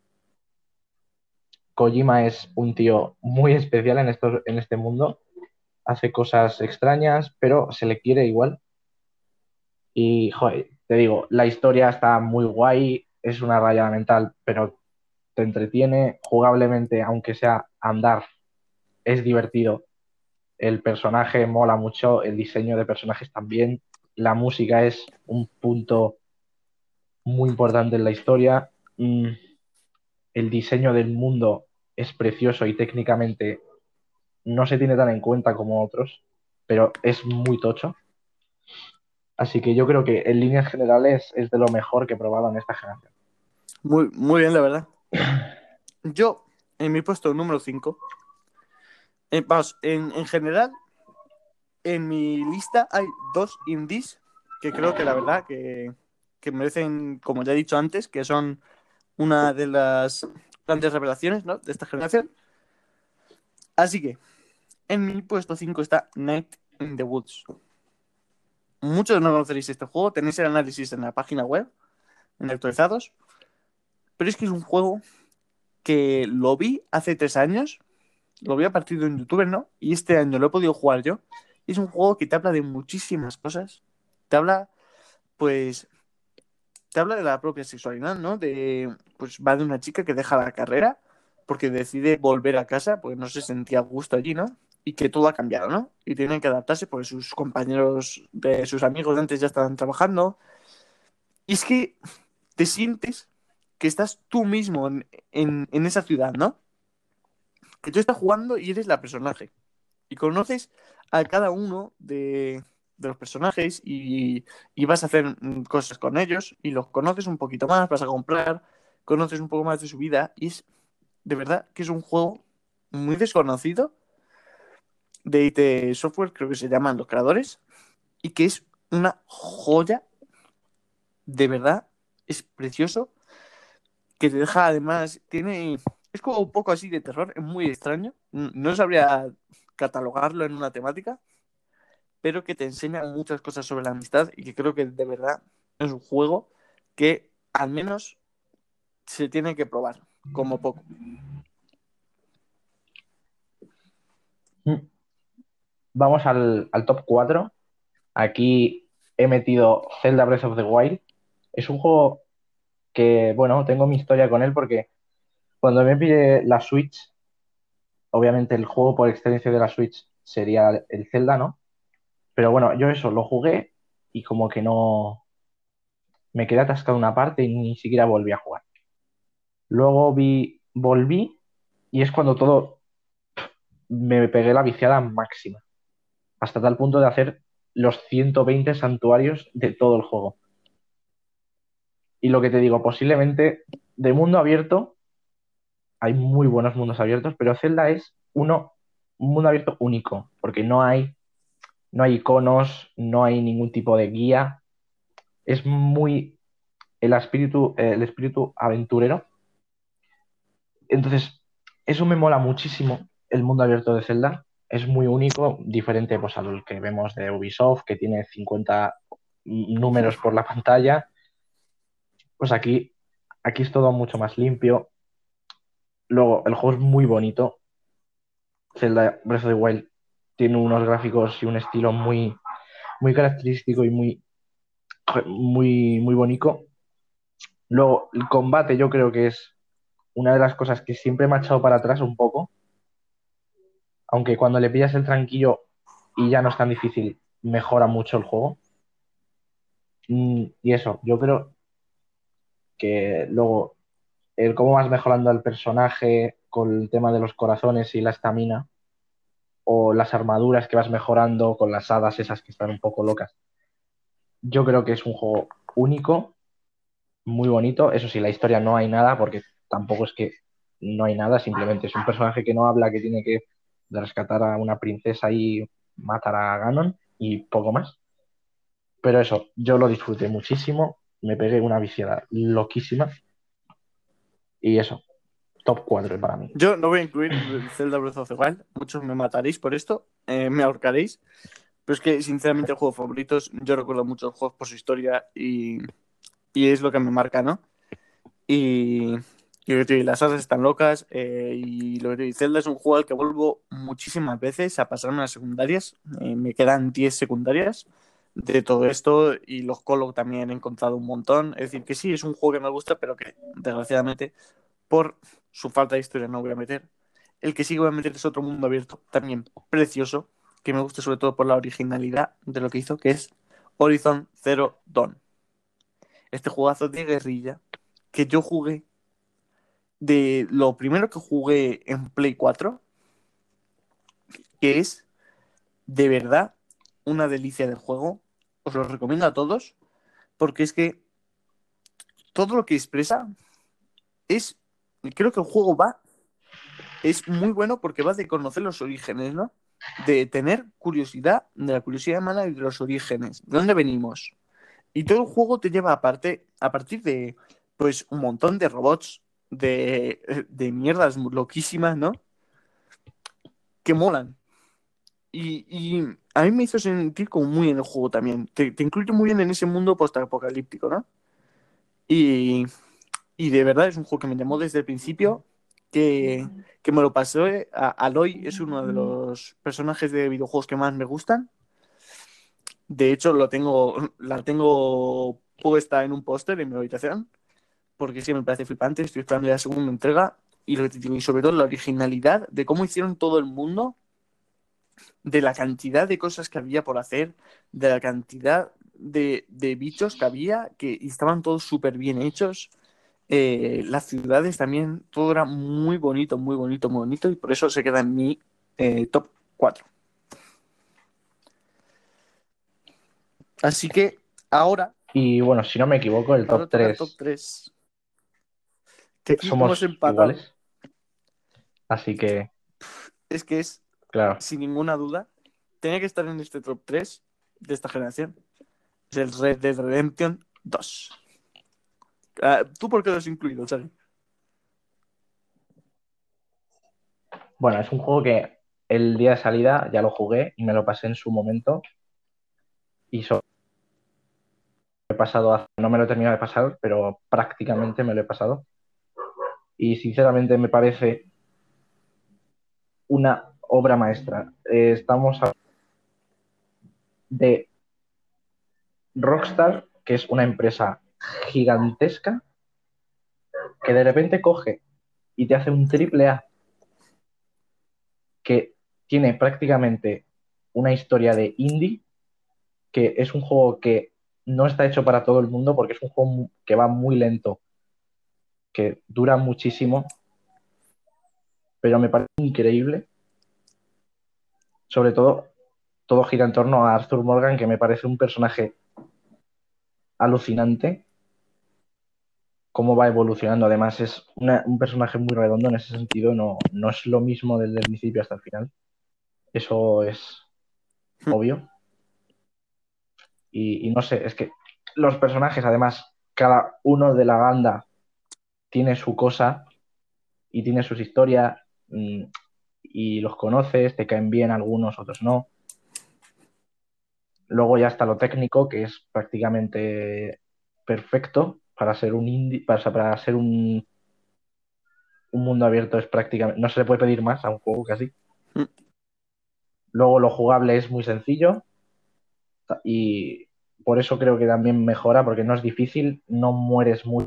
Kojima es un tío muy especial en este mundo. Hace cosas extrañas, pero se le quiere igual. Y, joder, te digo, la historia está muy guay, es una rayada mental, pero te entretiene jugablemente, aunque sea andar, es divertido. El personaje mola mucho, el diseño de personajes también. La música es un punto muy importante en la historia. El diseño del mundo es precioso y técnicamente no se tiene tan en cuenta como otros, pero es muy tocho. Así que yo creo que en líneas generales es de lo mejor que he probado en esta generación. Muy, muy bien, la verdad. Yo, en mi puesto número 5, vamos, en general, en mi lista hay dos indies que creo que la verdad que merecen, como ya he dicho antes, que son una de las grandes revelaciones, ¿no?, de esta generación. Así que, en mi puesto 5 está Night in the Woods. Muchos no conoceréis este juego, tenéis el análisis en la página web, en actualizados, pero es que es un juego que lo vi hace 3 años, lo vi a partir de un youtuber, ¿no? Y este año lo he podido jugar yo. Y es un juego que te habla de muchísimas cosas. Te habla, pues, te habla de la propia sexualidad, ¿no? Pues va de una chica que deja la carrera porque decide volver a casa porque no se sentía a gusto allí, ¿no? Y que todo ha cambiado, ¿no? Y tienen que adaptarse porque sus compañeros de sus amigos de antes ya estaban trabajando. Y es que te sientes que estás tú mismo en esa ciudad, ¿no? Que tú estás jugando y eres la personaje. Y conoces a cada uno de los personajes y vas a hacer cosas con ellos y los conoces un poquito más, vas a comprar, conoces un poco más de su vida y es de verdad que es un juego muy desconocido de IT Software, creo que se llaman los creadores, y que es una joya, de verdad, es precioso, que te deja además, es como un poco así de terror, es muy extraño, no sabría catalogarlo en una temática, pero que te enseña muchas cosas sobre la amistad y que creo que de verdad es un juego que al menos se tiene que probar, como poco. Vamos al top 4. Aquí he metido Zelda Breath of the Wild. Es un juego que, tengo mi historia con él porque cuando me pillé la Switch, obviamente el juego por excelencia de la Switch sería el Zelda, ¿no? Pero bueno, yo eso lo jugué y como que no me quedé atascado en una parte y ni siquiera volví a jugar. Luego volví y es cuando todo me pegué la viciada máxima, hasta tal punto de hacer los 120 santuarios de todo el juego. Y lo que te digo, posiblemente de mundo abierto, hay muy buenos mundos abiertos, pero Zelda es un mundo abierto único, porque no hay iconos, no hay ningún tipo de guía. Es muy el espíritu aventurero. Entonces, eso me mola muchísimo, el mundo abierto de Zelda. Es muy único, diferente pues, al que vemos de Ubisoft, que tiene 50 números por la pantalla. Pues aquí es todo mucho más limpio. Luego, el juego es muy bonito. Zelda Breath of the Wild tiene unos gráficos y un estilo muy, muy característico y muy, muy, muy bonito. Luego, el combate yo creo que es una de las cosas que siempre me ha echado para atrás un poco, aunque cuando le pillas el tranquillo y ya no es tan difícil, mejora mucho el juego. Y eso, yo creo que luego el cómo vas mejorando al personaje con el tema de los corazones y la estamina, o las armaduras que vas mejorando con las hadas esas que están un poco locas. Yo creo que es un juego único, muy bonito. Eso sí, la historia no hay nada, porque tampoco es que no hay nada, simplemente es un personaje que no habla, que tiene que rescatar a una princesa y matar a Ganon y poco más. Pero eso, yo lo disfruté muchísimo, me pegué una viciada loquísima y eso, top 4 para mí. Yo no voy a incluir Zelda Breath of the Wild. Muchos me mataréis por esto, me ahorcaréis. Pero es que, sinceramente, el juego favoritos, yo recuerdo muchos juegos por su historia y es lo que me marca, ¿no? Y, y lo que te digo, las hadas están locas. Y lo que te digo, Zelda es un juego al que vuelvo muchísimas veces a pasarme las secundarias. Me quedan 10 secundarias de todo esto y los Colo también he encontrado un montón. Es decir, que sí, es un juego que me gusta, pero que desgraciadamente por su falta de historia no voy a meter. El que sí voy a meter es otro mundo abierto, también precioso, que me gusta sobre todo por la originalidad de lo que hizo, que es Horizon Zero Dawn. Este juegazo de guerrilla que yo jugué de lo primero que jugué en Play 4, que es de verdad una delicia de juego. Os lo recomiendo a todos, porque es que todo lo que expresa es, creo que el juego va, es muy bueno porque va de conocer los orígenes, ¿no? De tener curiosidad, de la curiosidad humana y de los orígenes, de dónde venimos. Y todo el juego te lleva a partir de, pues, un montón de robots, de mierdas loquísimas, ¿no? Que molan. Y a mí me hizo sentir como muy en el juego también. Te incluye muy bien en ese mundo postapocalíptico, ¿no? Y, y de verdad es un juego que me llamó desde el principio, que me lo pasé. Aloy es uno de los personajes de videojuegos que más me gustan. De hecho, la tengo puesta en un póster en mi habitación, porque sí me parece flipante. Estoy esperando la segunda entrega. Y lo que te digo, y sobre todo la originalidad de cómo hicieron todo el mundo, de la cantidad de cosas que había por hacer, de la cantidad de bichos que había, que estaban todos súper bien hechos. Las ciudades también, todo era muy bonito, muy bonito, muy bonito, y por eso se queda en mi top 4. Así que ahora, Y bueno, si no me equivoco, el top ahora toca el top 3 3 que aquí hemos somos empatado. iguales, así que, Es que es, claro. sin ninguna duda, tenía que estar en este top 3 de esta generación. Es el Red Dead Redemption 2. ¿Tú por qué lo has incluido, Xavi? Bueno, es un juego que el día de salida ya lo jugué y me lo pasé en su momento y he pasado, no me lo he terminado de pasar, pero prácticamente me lo he pasado. Y sinceramente me parece una obra maestra. Estamos hablando de Rockstar, que es una empresa gigantesca, que de repente coge y te hace un triple A que tiene prácticamente una historia de indie, que es un juego que no está hecho para todo el mundo porque es un juego que va muy lento, que dura muchísimo, pero me parece increíble. Sobre todo, todo gira en torno a Arthur Morgan, que me parece un personaje alucinante, cómo va evolucionando. Además, es un personaje muy redondo en ese sentido, no es lo mismo desde el principio hasta el final. Eso es obvio. Y no sé, es que los personajes, además, cada uno de la banda tiene su cosa y tiene sus historias, y los conoces, te caen bien algunos, otros no. Luego ya está lo técnico, que es prácticamente perfecto para ser un indie, para ser un mundo abierto es prácticamente, no se le puede pedir más a un juego casi. Luego lo jugable es muy sencillo y por eso creo que también mejora, porque no es difícil, no mueres muy,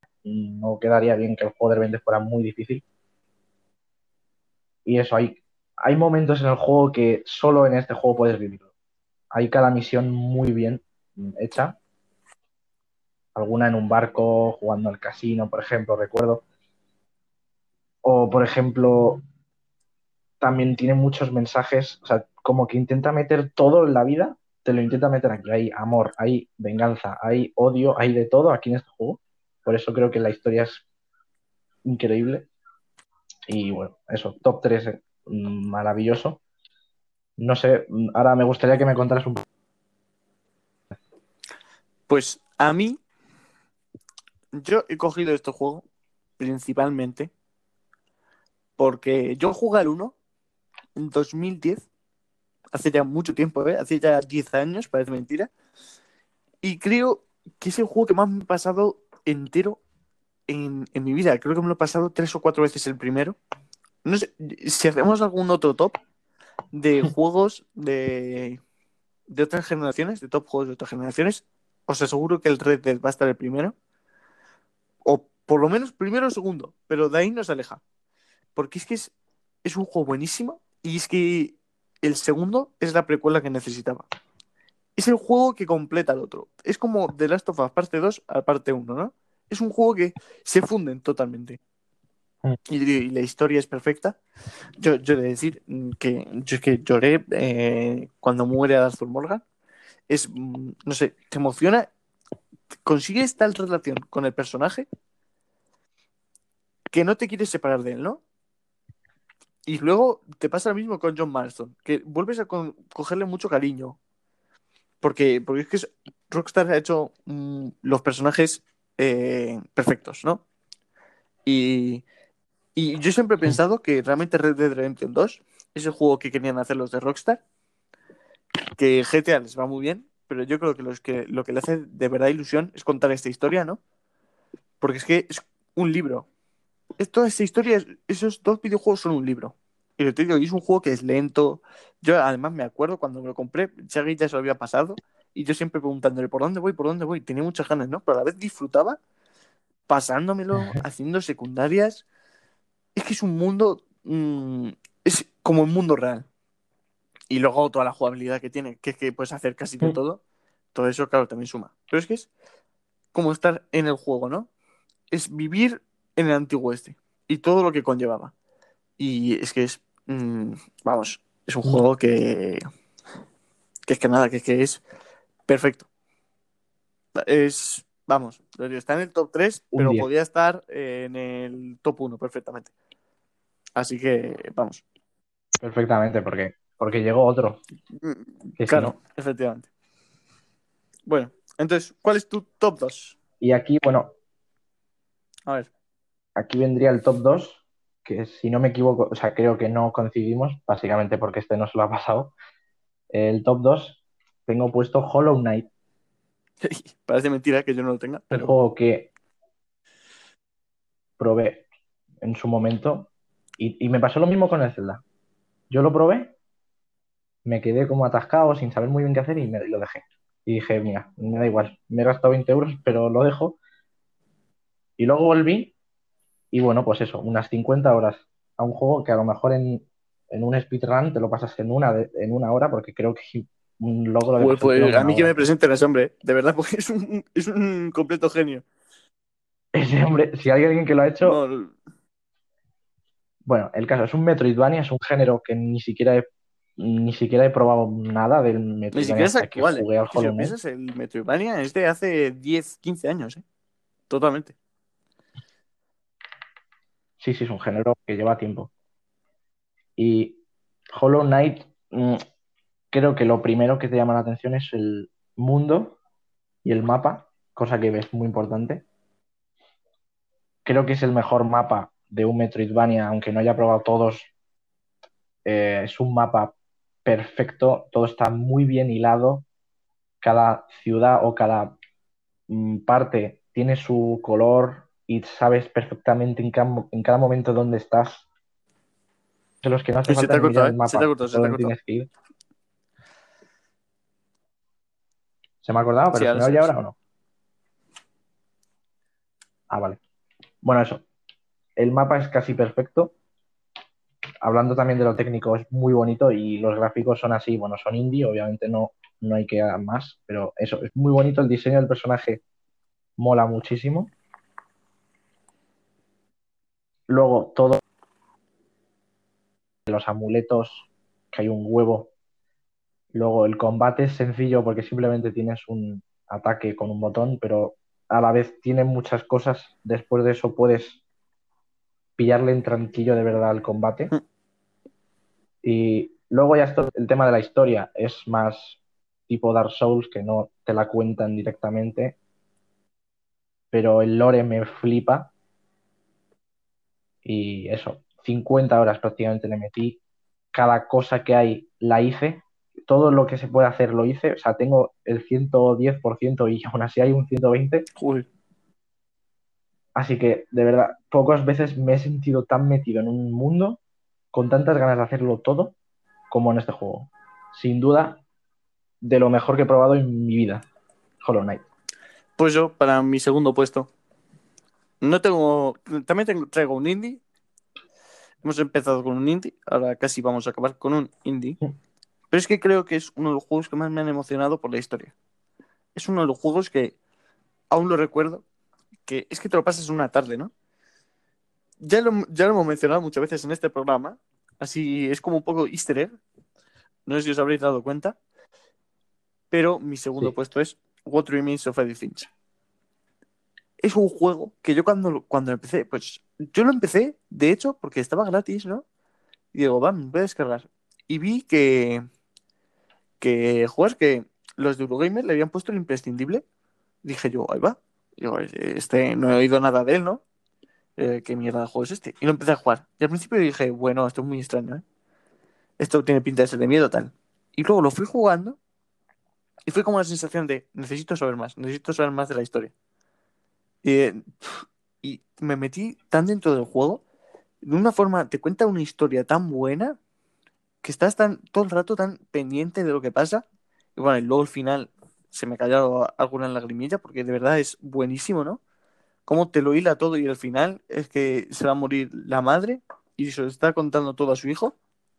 no quedaría bien que el juego de repente fuera muy difícil. Y eso, hay hay momentos en el juego que solo en este juego puedes vivirlo. Hay cada misión muy bien hecha. Alguna en un barco, jugando al casino, por ejemplo, recuerdo. O, por ejemplo, también tiene muchos mensajes, o sea, como que intenta meter todo en la vida, te lo intenta meter aquí. Hay amor, hay venganza, hay odio, hay de todo aquí en este juego. Por eso creo que la historia es increíble. Y bueno, eso, top 3 maravilloso. No sé, ahora me gustaría que me contaras un poco. Pues a mí, yo he cogido este juego principalmente porque yo jugué al uno en 2010, hace ya mucho tiempo, ¿eh? Hace ya 10 años, parece mentira. Y creo que es el juego que más me he pasado entero en mi vida. Creo que me lo he pasado 3 o 4 veces el primero. No sé, si hacemos algún otro top de juegos de otras generaciones, de top juegos de otras generaciones, os aseguro que el Red Dead va a estar el primero. O por lo menos primero o segundo. Pero de ahí no se aleja. Porque es un juego buenísimo. Y es que el segundo es la precuela que necesitaba. Es el juego que completa al otro. Es como The Last of Us parte 2 a parte uno, ¿no? Es un juego que se funden totalmente. Y la historia es perfecta. Yo he de decir que yo es que lloré cuando muere Arthur Morgan. No sé, te emociona, consigues tal relación con el personaje que no te quieres separar de él, ¿no? Y luego te pasa lo mismo con John Marston, que vuelves a cogerle mucho cariño. Porque es que Rockstar ha hecho los personajes perfectos, ¿no? Y, y yo siempre he pensado que realmente Red Dead Redemption 2 es el juego que querían hacer los de Rockstar, que GTA les va muy bien, pero yo creo que, lo que le hace de verdad ilusión es contar esta historia, ¿no? Porque es que es un libro. Toda esta historia, esos dos videojuegos son un libro. Y lo te digo, y es un juego que es lento. Yo además me acuerdo cuando me lo compré, Shaggy ya se lo había pasado, y yo siempre preguntándole, ¿por dónde voy? ¿Por dónde voy? Tenía muchas ganas, ¿no? Pero a la vez disfrutaba pasándomelo, haciendo secundarias. Es que es un mundo, es como un mundo real. Y luego toda la jugabilidad que tiene, que es que puedes hacer casi de todo. Todo eso, claro, también suma. Pero es que es como estar en el juego, ¿no? Es vivir en el antiguo este. Y todo lo que conllevaba. Y es que vamos, es un juego que es que nada, que es perfecto. Vamos, está en el top 3 Un pero 10 podía estar en el top uno perfectamente. Así que, vamos. perfectamente, porque llegó otro, que si Claro, no. efectivamente. Bueno, entonces, ¿cuál es tu top 2? Y aquí, bueno, A ver. aquí vendría el top 2 que si no me equivoco, o sea, creo que no coincidimos, básicamente porque este no se lo ha pasado. El top 2 tengo puesto Hollow Knight, Parece mentira que yo no lo tenga, un pero juego que probé en su momento y me pasó lo mismo con el Zelda. Yo lo probé, me quedé como atascado sin saber muy bien qué hacer y lo dejé. Y dije, mira, me da igual, me he gastado 20 euros, pero lo dejo. Y luego volví y bueno, pues eso, unas 50 horas a un juego que a lo mejor en un speedrun te lo pasas en una hora, porque creo que un logro de joder, pasártelo en pues a una mí que me hora. presenten a ese hombre, de verdad, porque es un completo genio. Ese hombre, si hay alguien que lo ha hecho, No, bueno, el caso es un Metroidvania, es un género que ni siquiera he probado nada del ni Metroidvania siquiera es hasta que actual, ¿eh? jugué al Que si Hollow lo Knight. piensas, el Metroidvania es de hace 10 15 años, ¿eh? Totalmente. Sí, sí, es un género que lleva tiempo. Y Hollow Knight, creo que lo primero que te llama la atención es el mundo y el mapa, cosa que es muy importante. Creo que es el mejor mapa de un Metroidvania, aunque no haya probado todos. Es un mapa perfecto, todo está muy bien hilado. Cada ciudad o cada parte tiene su color y sabes perfectamente en cada momento dónde estás. De los que no hace Y se falta te ha ni mirar cortado, el ¿eh? Se te ha mapa cortado, se por te ha dónde cortado. tienes que ir. Se me ha acordado, Sí, pero ¿se ahora me sí, oye ahora sí. ahora o no? Ah, vale. Bueno, eso. El mapa es casi perfecto. hablando también de lo técnico, es muy bonito y los gráficos son así, bueno, son indie, obviamente no hay que dar más, pero eso, es muy bonito, el diseño del personaje mola muchísimo. Luego, todos los amuletos, que hay un huevo. Luego, el combate es sencillo porque simplemente tienes un ataque con un botón, pero a la vez tiene muchas cosas. Después de eso puedes pillarle en tranquillo de verdad al combate. Y luego ya esto, el tema de la historia es más tipo Dark Souls, que no te la cuentan directamente, pero el lore me flipa y eso, 50 horas prácticamente le metí, cada cosa que hay la hice, todo lo que se puede hacer lo hice, o sea, tengo el 110% y aún así hay un 120%, Joder. así que de verdad, pocas veces me he sentido tan metido en un mundo con tantas ganas de hacerlo todo como en este juego. Sin duda, de lo mejor que he probado en mi vida, Hollow Knight. Pues yo, para mi segundo puesto, no tengo. También traigo un indie. Hemos empezado con un indie, ahora casi vamos a acabar con un indie. Pero es que creo que es uno de los juegos que más me han emocionado por la historia. Es uno de los juegos que aún lo recuerdo, que es que te lo pasas en una tarde, ¿no? Ya lo hemos mencionado muchas veces en este programa, así es como un poco easter egg, no sé si os habréis dado cuenta, pero mi segundo Sí, puesto es What Remains of Edith Finch. Es un juego que yo cuando lo empecé, pues yo lo empecé, de hecho, porque estaba gratis, ¿no? Y digo, va, me voy a descargar. Y vi joder, que los de Eurogamer le habían puesto el imprescindible. Dije yo, ahí va. Digo, este, no he oído nada de él, ¿no? ¿Qué mierda de juego es este? Y lo empecé a jugar. Y al principio dije, bueno, esto es muy extraño, ¿eh? Esto tiene pinta de ser de miedo, tal. Y luego lo fui jugando y fue como la sensación de, necesito saber más de la historia. Y, y me metí tan dentro del juego, de una forma, te cuenta una historia tan buena que estás tan, todo el rato tan pendiente de lo que pasa. Y bueno, y luego al final se me cayó alguna lagrimilla porque de verdad es buenísimo, ¿no? Cómo te lo hila todo y al final es que se va a morir la madre y se lo está contando todo a su hijo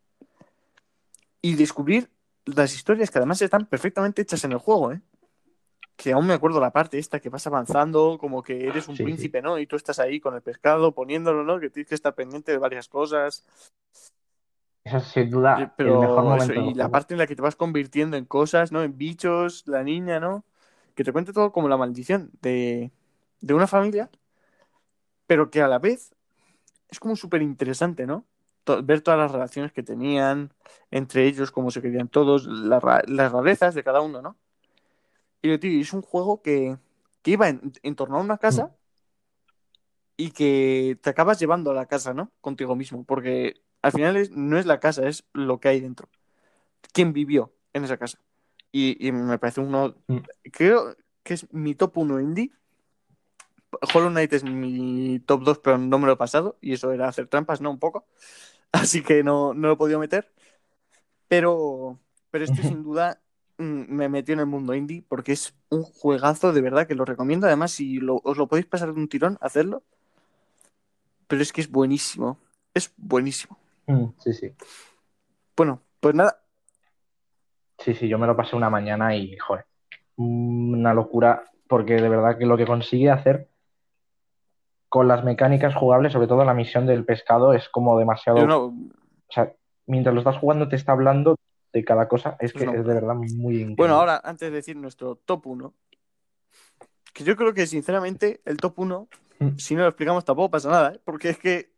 y descubrir las historias que además están perfectamente hechas en el juego, ¿eh? Que aún me acuerdo la parte esta que vas avanzando, como que eres un sí, sí. príncipe, ¿no? Y tú estás ahí con el pescado poniéndolo, ¿no? Que tienes que estar pendiente de varias cosas. Ese es sin duda el mejor Pero eso, momento del y la juego. parte en la que te vas convirtiendo en cosas, ¿no? En bichos, la niña, ¿no? Que te cuente todo como la maldición de una familia, pero que a la vez es como súper interesante, ¿no? Ver todas las relaciones que tenían entre ellos, cómo se querían todos, las rarezas de cada uno, ¿no? Y tío, es un juego que iba en torno a una Mm, casa y que te acabas llevando a la casa, ¿no? Contigo mismo, porque al final no es la casa, es lo que hay dentro. ¿Quién vivió en esa casa? Y me parece uno, mm. creo que es mi top uno indie. Hollow Knight es mi top 2 pero no me lo he pasado. Y eso era hacer trampas, ¿no? Un poco. Así que no lo he podido meter. Pero, pero este sin duda me metió en el mundo indie porque es un juegazo de verdad que lo recomiendo. Además, si os lo podéis pasar de un tirón, hacerlo. Pero es que es buenísimo. Es buenísimo. Sí, sí. Bueno, pues nada. Sí, sí, yo me lo pasé una mañana y, joder, una locura, porque de verdad que lo que consigue hacer con las mecánicas jugables, sobre todo la misión del pescado, es como demasiado. Yo O no, sea, mientras lo estás jugando te está hablando de cada cosa, es es que una es de burrada. verdad muy Bueno, increíble. ahora, antes de decir nuestro top uno que yo creo que sinceramente el top uno si no lo explicamos tampoco pasa nada, ¿eh? Porque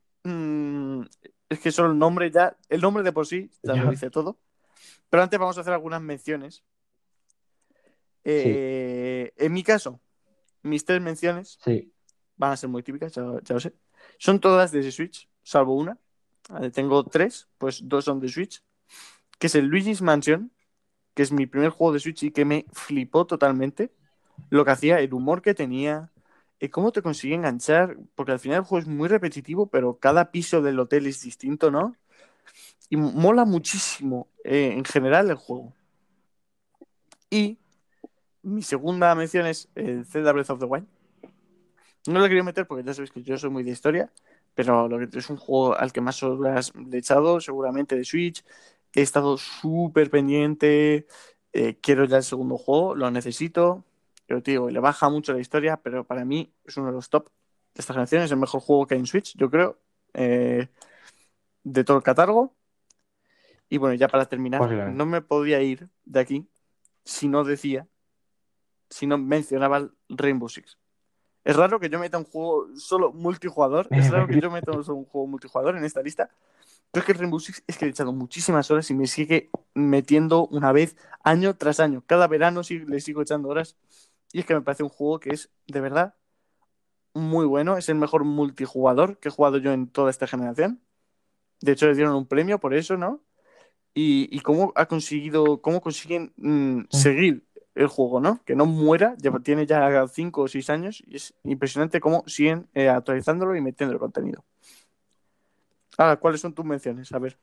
es que solo el nombre ya, el nombre de por sí ya lo Yo, dice todo. Pero antes vamos a hacer algunas menciones. sí, En mi caso, mis tres menciones sí, van a ser muy típicas, ya lo sé. Son todas de Switch, salvo una. Vale, tengo tres, pues dos son de Switch, que es el Luigi's Mansion, que es mi primer juego de Switch y que me flipó totalmente. Lo que hacía, el humor que tenía, cómo te consigue enganchar, porque al final el juego es muy repetitivo, pero cada piso del hotel es distinto, ¿no? Y mola muchísimo en general el juego. Y mi segunda mención es el Zelda Breath of the Wild. No lo quería meter porque ya sabéis que yo soy muy de historia, pero lo que es un juego al que más horas le he echado, seguramente de Switch. He estado súper pendiente. Quiero ya el segundo juego, lo necesito. Pero te digo, le baja mucho la historia, pero para mí es uno de los top de esta generación. Es el mejor juego que hay en Switch, yo creo, de todo el catálogo. Y bueno, ya para terminar, no Posiblemente. me podía ir de aquí si no decía, si no mencionaba el Rainbow Six. Es raro que yo meta un juego solo multijugador. Es raro que yo meta solo un juego multijugador en esta lista. Pero es que el Rainbow Six es que le he echado muchísimas horas y me sigue metiendo una vez año tras año. Cada verano sí, le sigo echando horas. Y es que me parece un juego que es de verdad muy bueno. Es el mejor multijugador que he jugado yo en toda esta generación. De hecho, le dieron un premio por eso, ¿no? Y cómo ha conseguido, cómo consiguen seguir el juego, ¿no? Que no muera, tiene ya 5 o 6 años y es impresionante cómo siguen actualizándolo y metiendo el contenido. Ahora, ¿cuáles son tus menciones? A ver.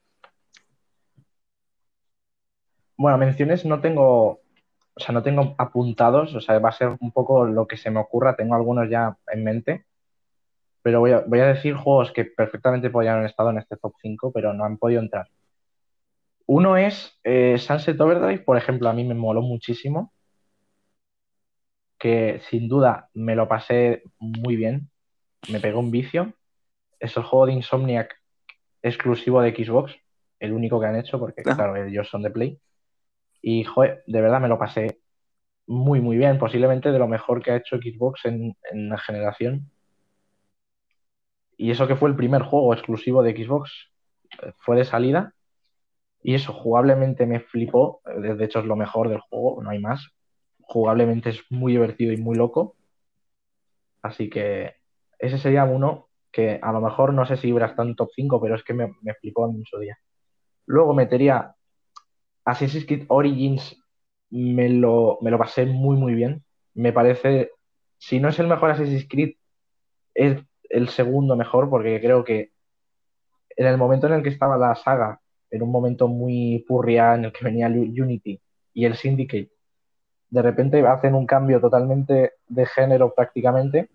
Bueno, menciones no tengo, o sea, no tengo apuntados, o sea, va a ser un poco lo que se me ocurra, tengo algunos ya en mente, pero voy a decir juegos que perfectamente podrían haber estado en este top 5 pero no han podido entrar. Uno es Sunset Overdrive, por ejemplo, a mí me moló muchísimo, que sin duda me lo pasé muy bien, me pegó un vicio. Es el juego de Insomniac exclusivo de Xbox, el único que han hecho, porque Ajá. claro, ellos son de Play. Y joder, de verdad me lo pasé muy, muy bien, posiblemente de lo mejor que ha hecho Xbox en la generación. Y eso que fue el primer juego exclusivo de Xbox, fue de salida. Y eso jugablemente me flipó. De hecho, es lo mejor del juego, no hay más. Jugablemente es muy divertido y muy loco. Así que ese sería uno que a lo mejor no sé si hubiera estado en top 5 pero es que me flipó en su día. Luego metería Assassin's Creed Origins, me lo pasé muy, muy bien. Me parece, si no es el mejor Assassin's Creed, es el segundo mejor, porque creo que en el momento en el que estaba la saga, en un momento muy purria en el que venía Unity y el Syndicate, de repente hacen un cambio totalmente de género prácticamente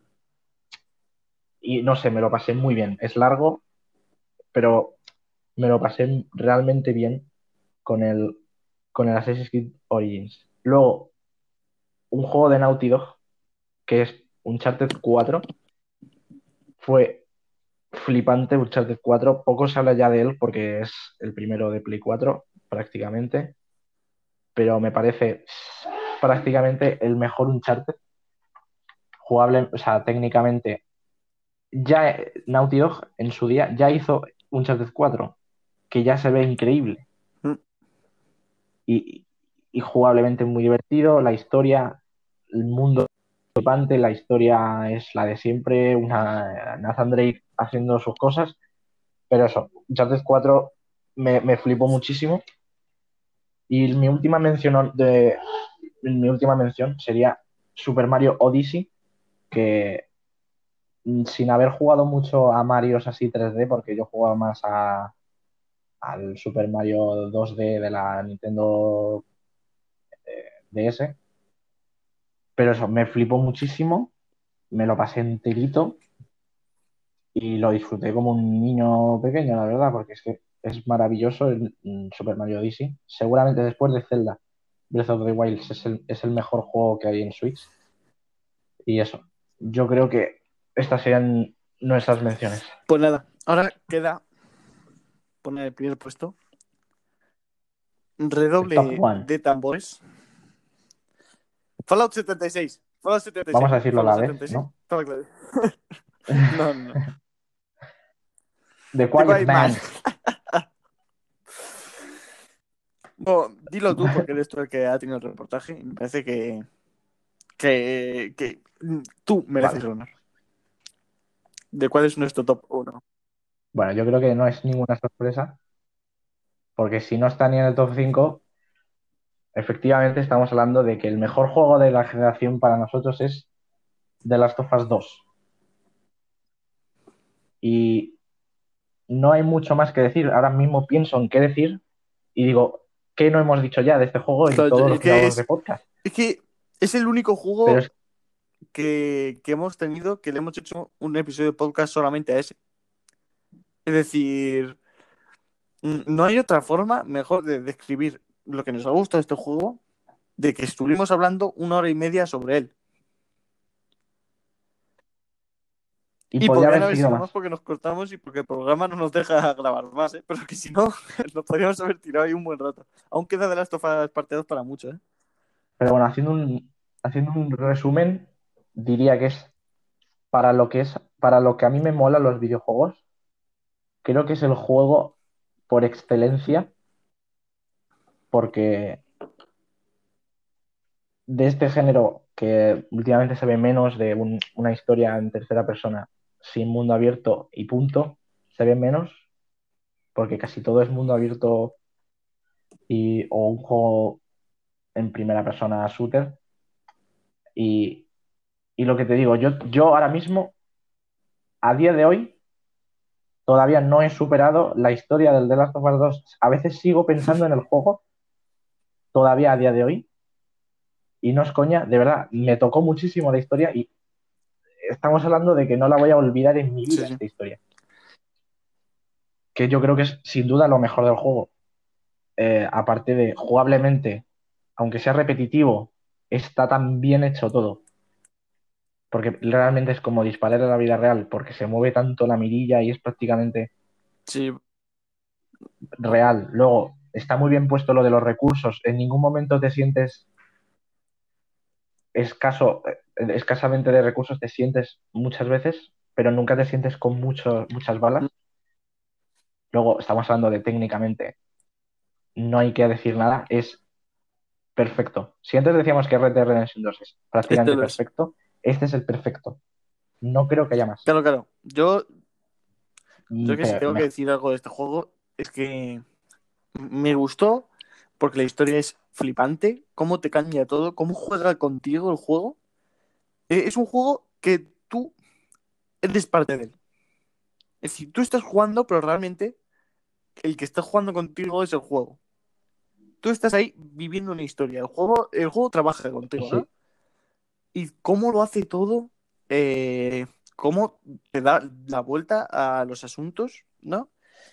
y no sé, me lo pasé muy bien. Es largo, pero me lo pasé realmente bien con el Assassin's Creed Origins. Luego, un juego de Naughty Dog, que es Uncharted 4, fue flipante Uncharted 4. Poco se habla ya de él porque es el primero de Play 4 prácticamente, pero me parece prácticamente el mejor Uncharted jugable, o sea, técnicamente. Ya Naughty Dog en su día ya hizo Uncharted 4, que ya se ve increíble Mm. y, y jugablemente muy divertido. La historia, el mundo flipante, la historia es la de siempre, una Nathan Drake haciendo sus cosas, pero eso, Uncharted 4 me flipó muchísimo. Y mi última mención sería Super Mario Odyssey, que sin haber jugado mucho a Marios así 3D, porque yo jugaba más al Super Mario 2D de la Nintendo DS, pero eso, me flipó muchísimo, me lo pasé enterito y lo disfruté como un niño pequeño, la verdad, porque es que es maravilloso el Super Mario Odyssey. Seguramente después de Zelda, Breath of the Wild es el mejor juego que hay en Switch. Y eso, yo creo que estas serían nuestras menciones. Pues nada, ahora queda poner el primer puesto. El top Redoble one, de tambores. Fallout 76. Fallout 76. vamos a decirlo a Fallout la vez, 76. ¿no? Estaba claro. No, no, no. The The Quiet Quiet Man. Man. No, dilo tú porque eres tú el que ha tenido el reportaje y me parece que tú mereces Vale. el honor. ¿De cuál es nuestro top uno? Bueno, yo creo que no es ninguna sorpresa, porque si no está ni en el top 5, efectivamente estamos hablando de que el mejor juego de la generación para nosotros es The Last of Us 2. Y no hay mucho más que decir. Ahora mismo pienso en qué decir y digo, ¿qué no hemos dicho ya de este juego en Claro, todos los grabados de podcast? es que es el único Pero juego es que hemos tenido, que le hemos hecho un episodio de podcast solamente a ese. Es decir, no hay otra forma mejor de describir lo que nos ha gustado de este juego de que estuvimos hablando 1 hora y media sobre él. Y Y podría podrían haber haber sido sido más más. porque nos cortamos y porque el programa no nos deja grabar más, ¿eh? Pero que si no, nos podríamos haber tirado ahí un buen rato. Aún queda de las tofadas partidas para mucho, ¿eh? Pero bueno, haciendo un resumen, diría que para lo que a mí me mola los videojuegos, creo que es el juego por excelencia, porque de este género que últimamente se ve menos de una historia en tercera persona sin mundo abierto y punto, se ve menos, porque casi todo es mundo abierto o un juego en primera persona shooter. Y, y lo que te digo, yo ahora mismo, a día de hoy, todavía no he superado la historia del The Last of Us 2. A veces sigo pensando en el juego, todavía a día de hoy, y no es coña, de verdad, me tocó muchísimo la historia y estamos hablando de que no la voy a olvidar en mi Sí, vida, sí. esta historia. Que yo creo que es sin duda lo mejor del juego. Aparte de jugablemente, aunque sea repetitivo, está tan bien hecho todo. Porque realmente es como disparar en la vida real, porque se mueve tanto la mirilla y es prácticamente Sí, real. Luego, está muy bien puesto lo de los recursos. En ningún momento te sientes escasamente de recursos, te sientes muchas veces, pero nunca te sientes con muchas balas. Luego, estamos hablando de técnicamente, no hay que decir nada, es perfecto. Si antes decíamos que Red Dead Redemption 2 es este prácticamente lo es. perfecto, este es el perfecto. No creo que haya más. Claro, claro. Yo que si Pero tengo que decir algo de este juego, es que me gustó porque la historia es flipante, cómo te cambia todo, cómo juega contigo el juego. Es un juego que tú eres parte de él. Es decir, tú estás jugando, pero realmente el que está jugando contigo es el juego. Tú estás ahí viviendo una historia. El juego trabaja contigo, sí, ¿no? Y cómo lo hace todo, eh, cómo te da la vuelta a los asuntos, ¿no?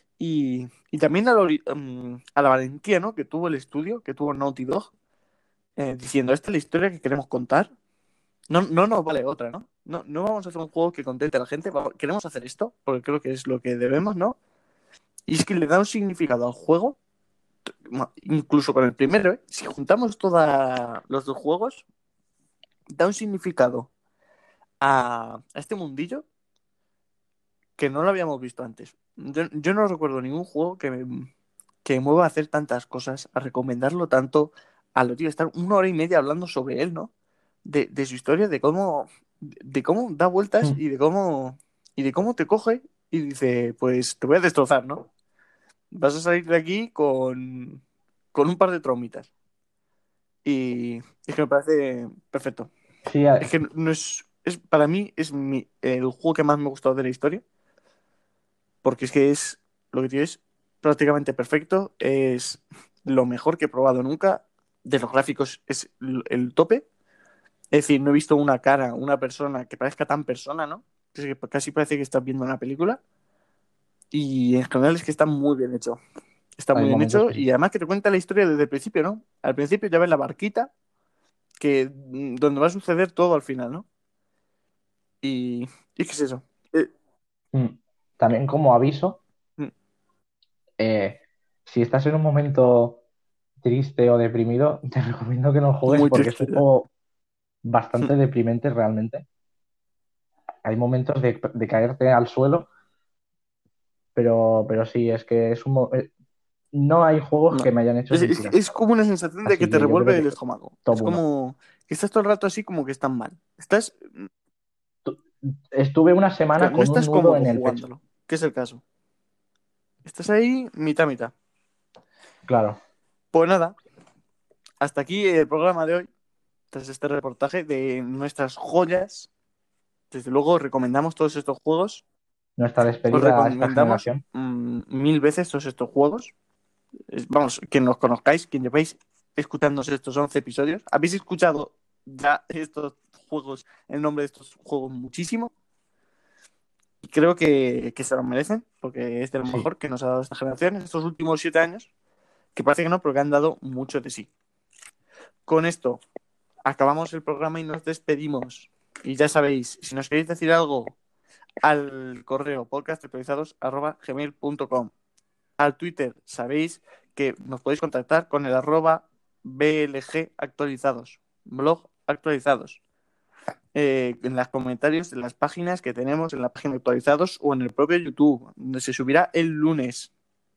Y también a la valentía, ¿no? Que tuvo el estudio, que tuvo Naughty Dog, diciendo, esta es la historia que queremos contar. No, no nos vale otra, ¿no? No, no vamos a hacer un juego que contente a la gente, queremos hacer esto, porque creo que es lo que debemos, ¿no? Y es que le da un significado al juego, incluso con el primero, ¿eh? Si juntamos todos los dos juegos, da un significado a este mundillo que no lo habíamos visto antes. Yo no recuerdo ningún juego que me mueva a hacer tantas cosas, a recomendarlo tanto, a lo tío, estar 1 hora y media hablando sobre él, ¿no? De su historia, de cómo da vueltas mm, y de cómo te coge y dice, pues te voy a destrozar, ¿no? Vas a salir de aquí con un par de traumitas. Y es que me parece perfecto. sí, Es que no para mí es el juego que más me ha gustado de la historia, porque es que es lo que tiene es prácticamente perfecto, es lo mejor que he probado nunca, de los gráficos es el tope, es decir, no he visto una cara, una persona que parezca tan persona, ¿no? Es que casi parece que estás viendo una película y en general es que está hay muy bien momentos hecho que sí. y además que te cuenta la historia desde el principio, ¿no? Al principio ya ves la barquita donde va a suceder todo al final, ¿no? ¿Y qué es eso? Mm. También como aviso, Mm, eh, si estás en un momento triste o deprimido, te recomiendo que no juegues muy porque es triste un ya. juego bastante deprimente realmente. Hay momentos de caerte al suelo, pero sí, es que no hay juegos No. que me hayan hecho Es, sentir es- así. es como una sensación de que Así te que yo creo revuelve que el estómago. Es top uno. como que estás todo el rato así como que estás mal. Estuve una semana No con un estás nudo cómodo en el pecho. jugándolo, que es el caso. Estás ahí mitad, mitad. Claro, Pues nada, hasta aquí el programa de hoy, tras este reportaje de nuestras joyas. Desde luego recomendamos todos estos juegos. nuestra Os despedida a esta recomendamos generación. 1000 veces todos estos juegos. Vamos, quien los conozcáis, quien lleváis escuchándonos estos 11 episodios. ¿Habéis escuchado ya estos juegos, el nombre de estos juegos muchísimo. Y creo que se lo merecen, porque es de lo Sí. mejor que nos ha dado esta generación en estos últimos 7 años, que parece que no, pero que han dado mucho de sí. Con esto acabamos el programa y nos despedimos. Y ya sabéis, si nos queréis decir algo, al correo podcastactualizados@gmail.com. Al Twitter, sabéis que nos podéis contactar con el @blg actualizados, blog actualizados. En los comentarios de las páginas que tenemos en la página actualizados o en el propio YouTube, donde se subirá el lunes.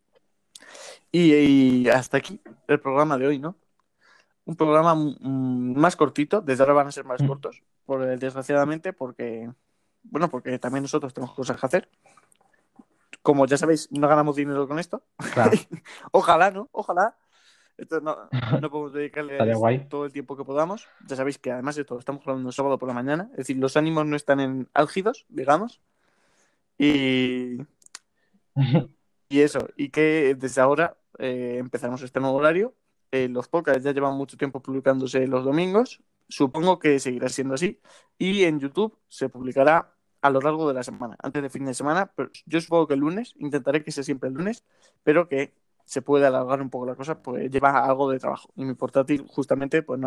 Y hasta aquí el programa de hoy, ¿no? Un programa más cortito, desde ahora van a ser más Mm, cortos, desgraciadamente, bueno, porque también nosotros tenemos cosas que hacer. Como ya sabéis, no ganamos dinero con esto. claro, Ojalá, ¿no? Ojalá. Esto no podemos dedicarle a estaría esto guay. todo el tiempo que podamos. Ya sabéis que además de todo estamos grabando un sábado por la mañana. Es decir, los ánimos no están en álgidos, digamos. Y, y eso, y que desde ahora empezamos este nuevo horario. Los podcasts ya llevan mucho tiempo publicándose los domingos. Supongo que seguirá siendo así. Y en YouTube se publicará a lo largo de la semana, antes de fin de semana. Pero yo supongo que el lunes, intentaré que sea siempre el lunes, pero que se puede alargar un poco la cosa, pues lleva algo de trabajo. Y mi portátil, justamente, pues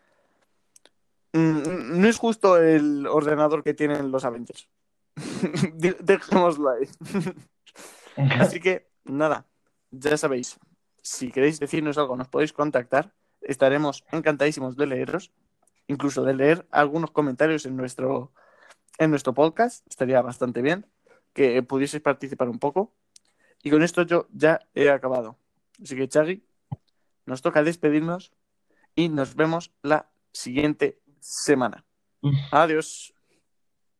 no es justo el ordenador que tienen los Avengers. Dejémoslo ahí. Así que, nada, ya sabéis, si queréis decirnos algo, nos podéis contactar. Estaremos encantadísimos de leeros, incluso de leer algunos comentarios en nuestro podcast. Estaría bastante bien que pudieseis participar un poco. Y con esto yo ya he acabado. Así que, Chagui, nos toca despedirnos y nos vemos la siguiente semana. Adiós.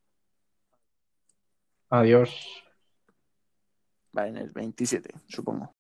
Adiós. Va en el 27, supongo.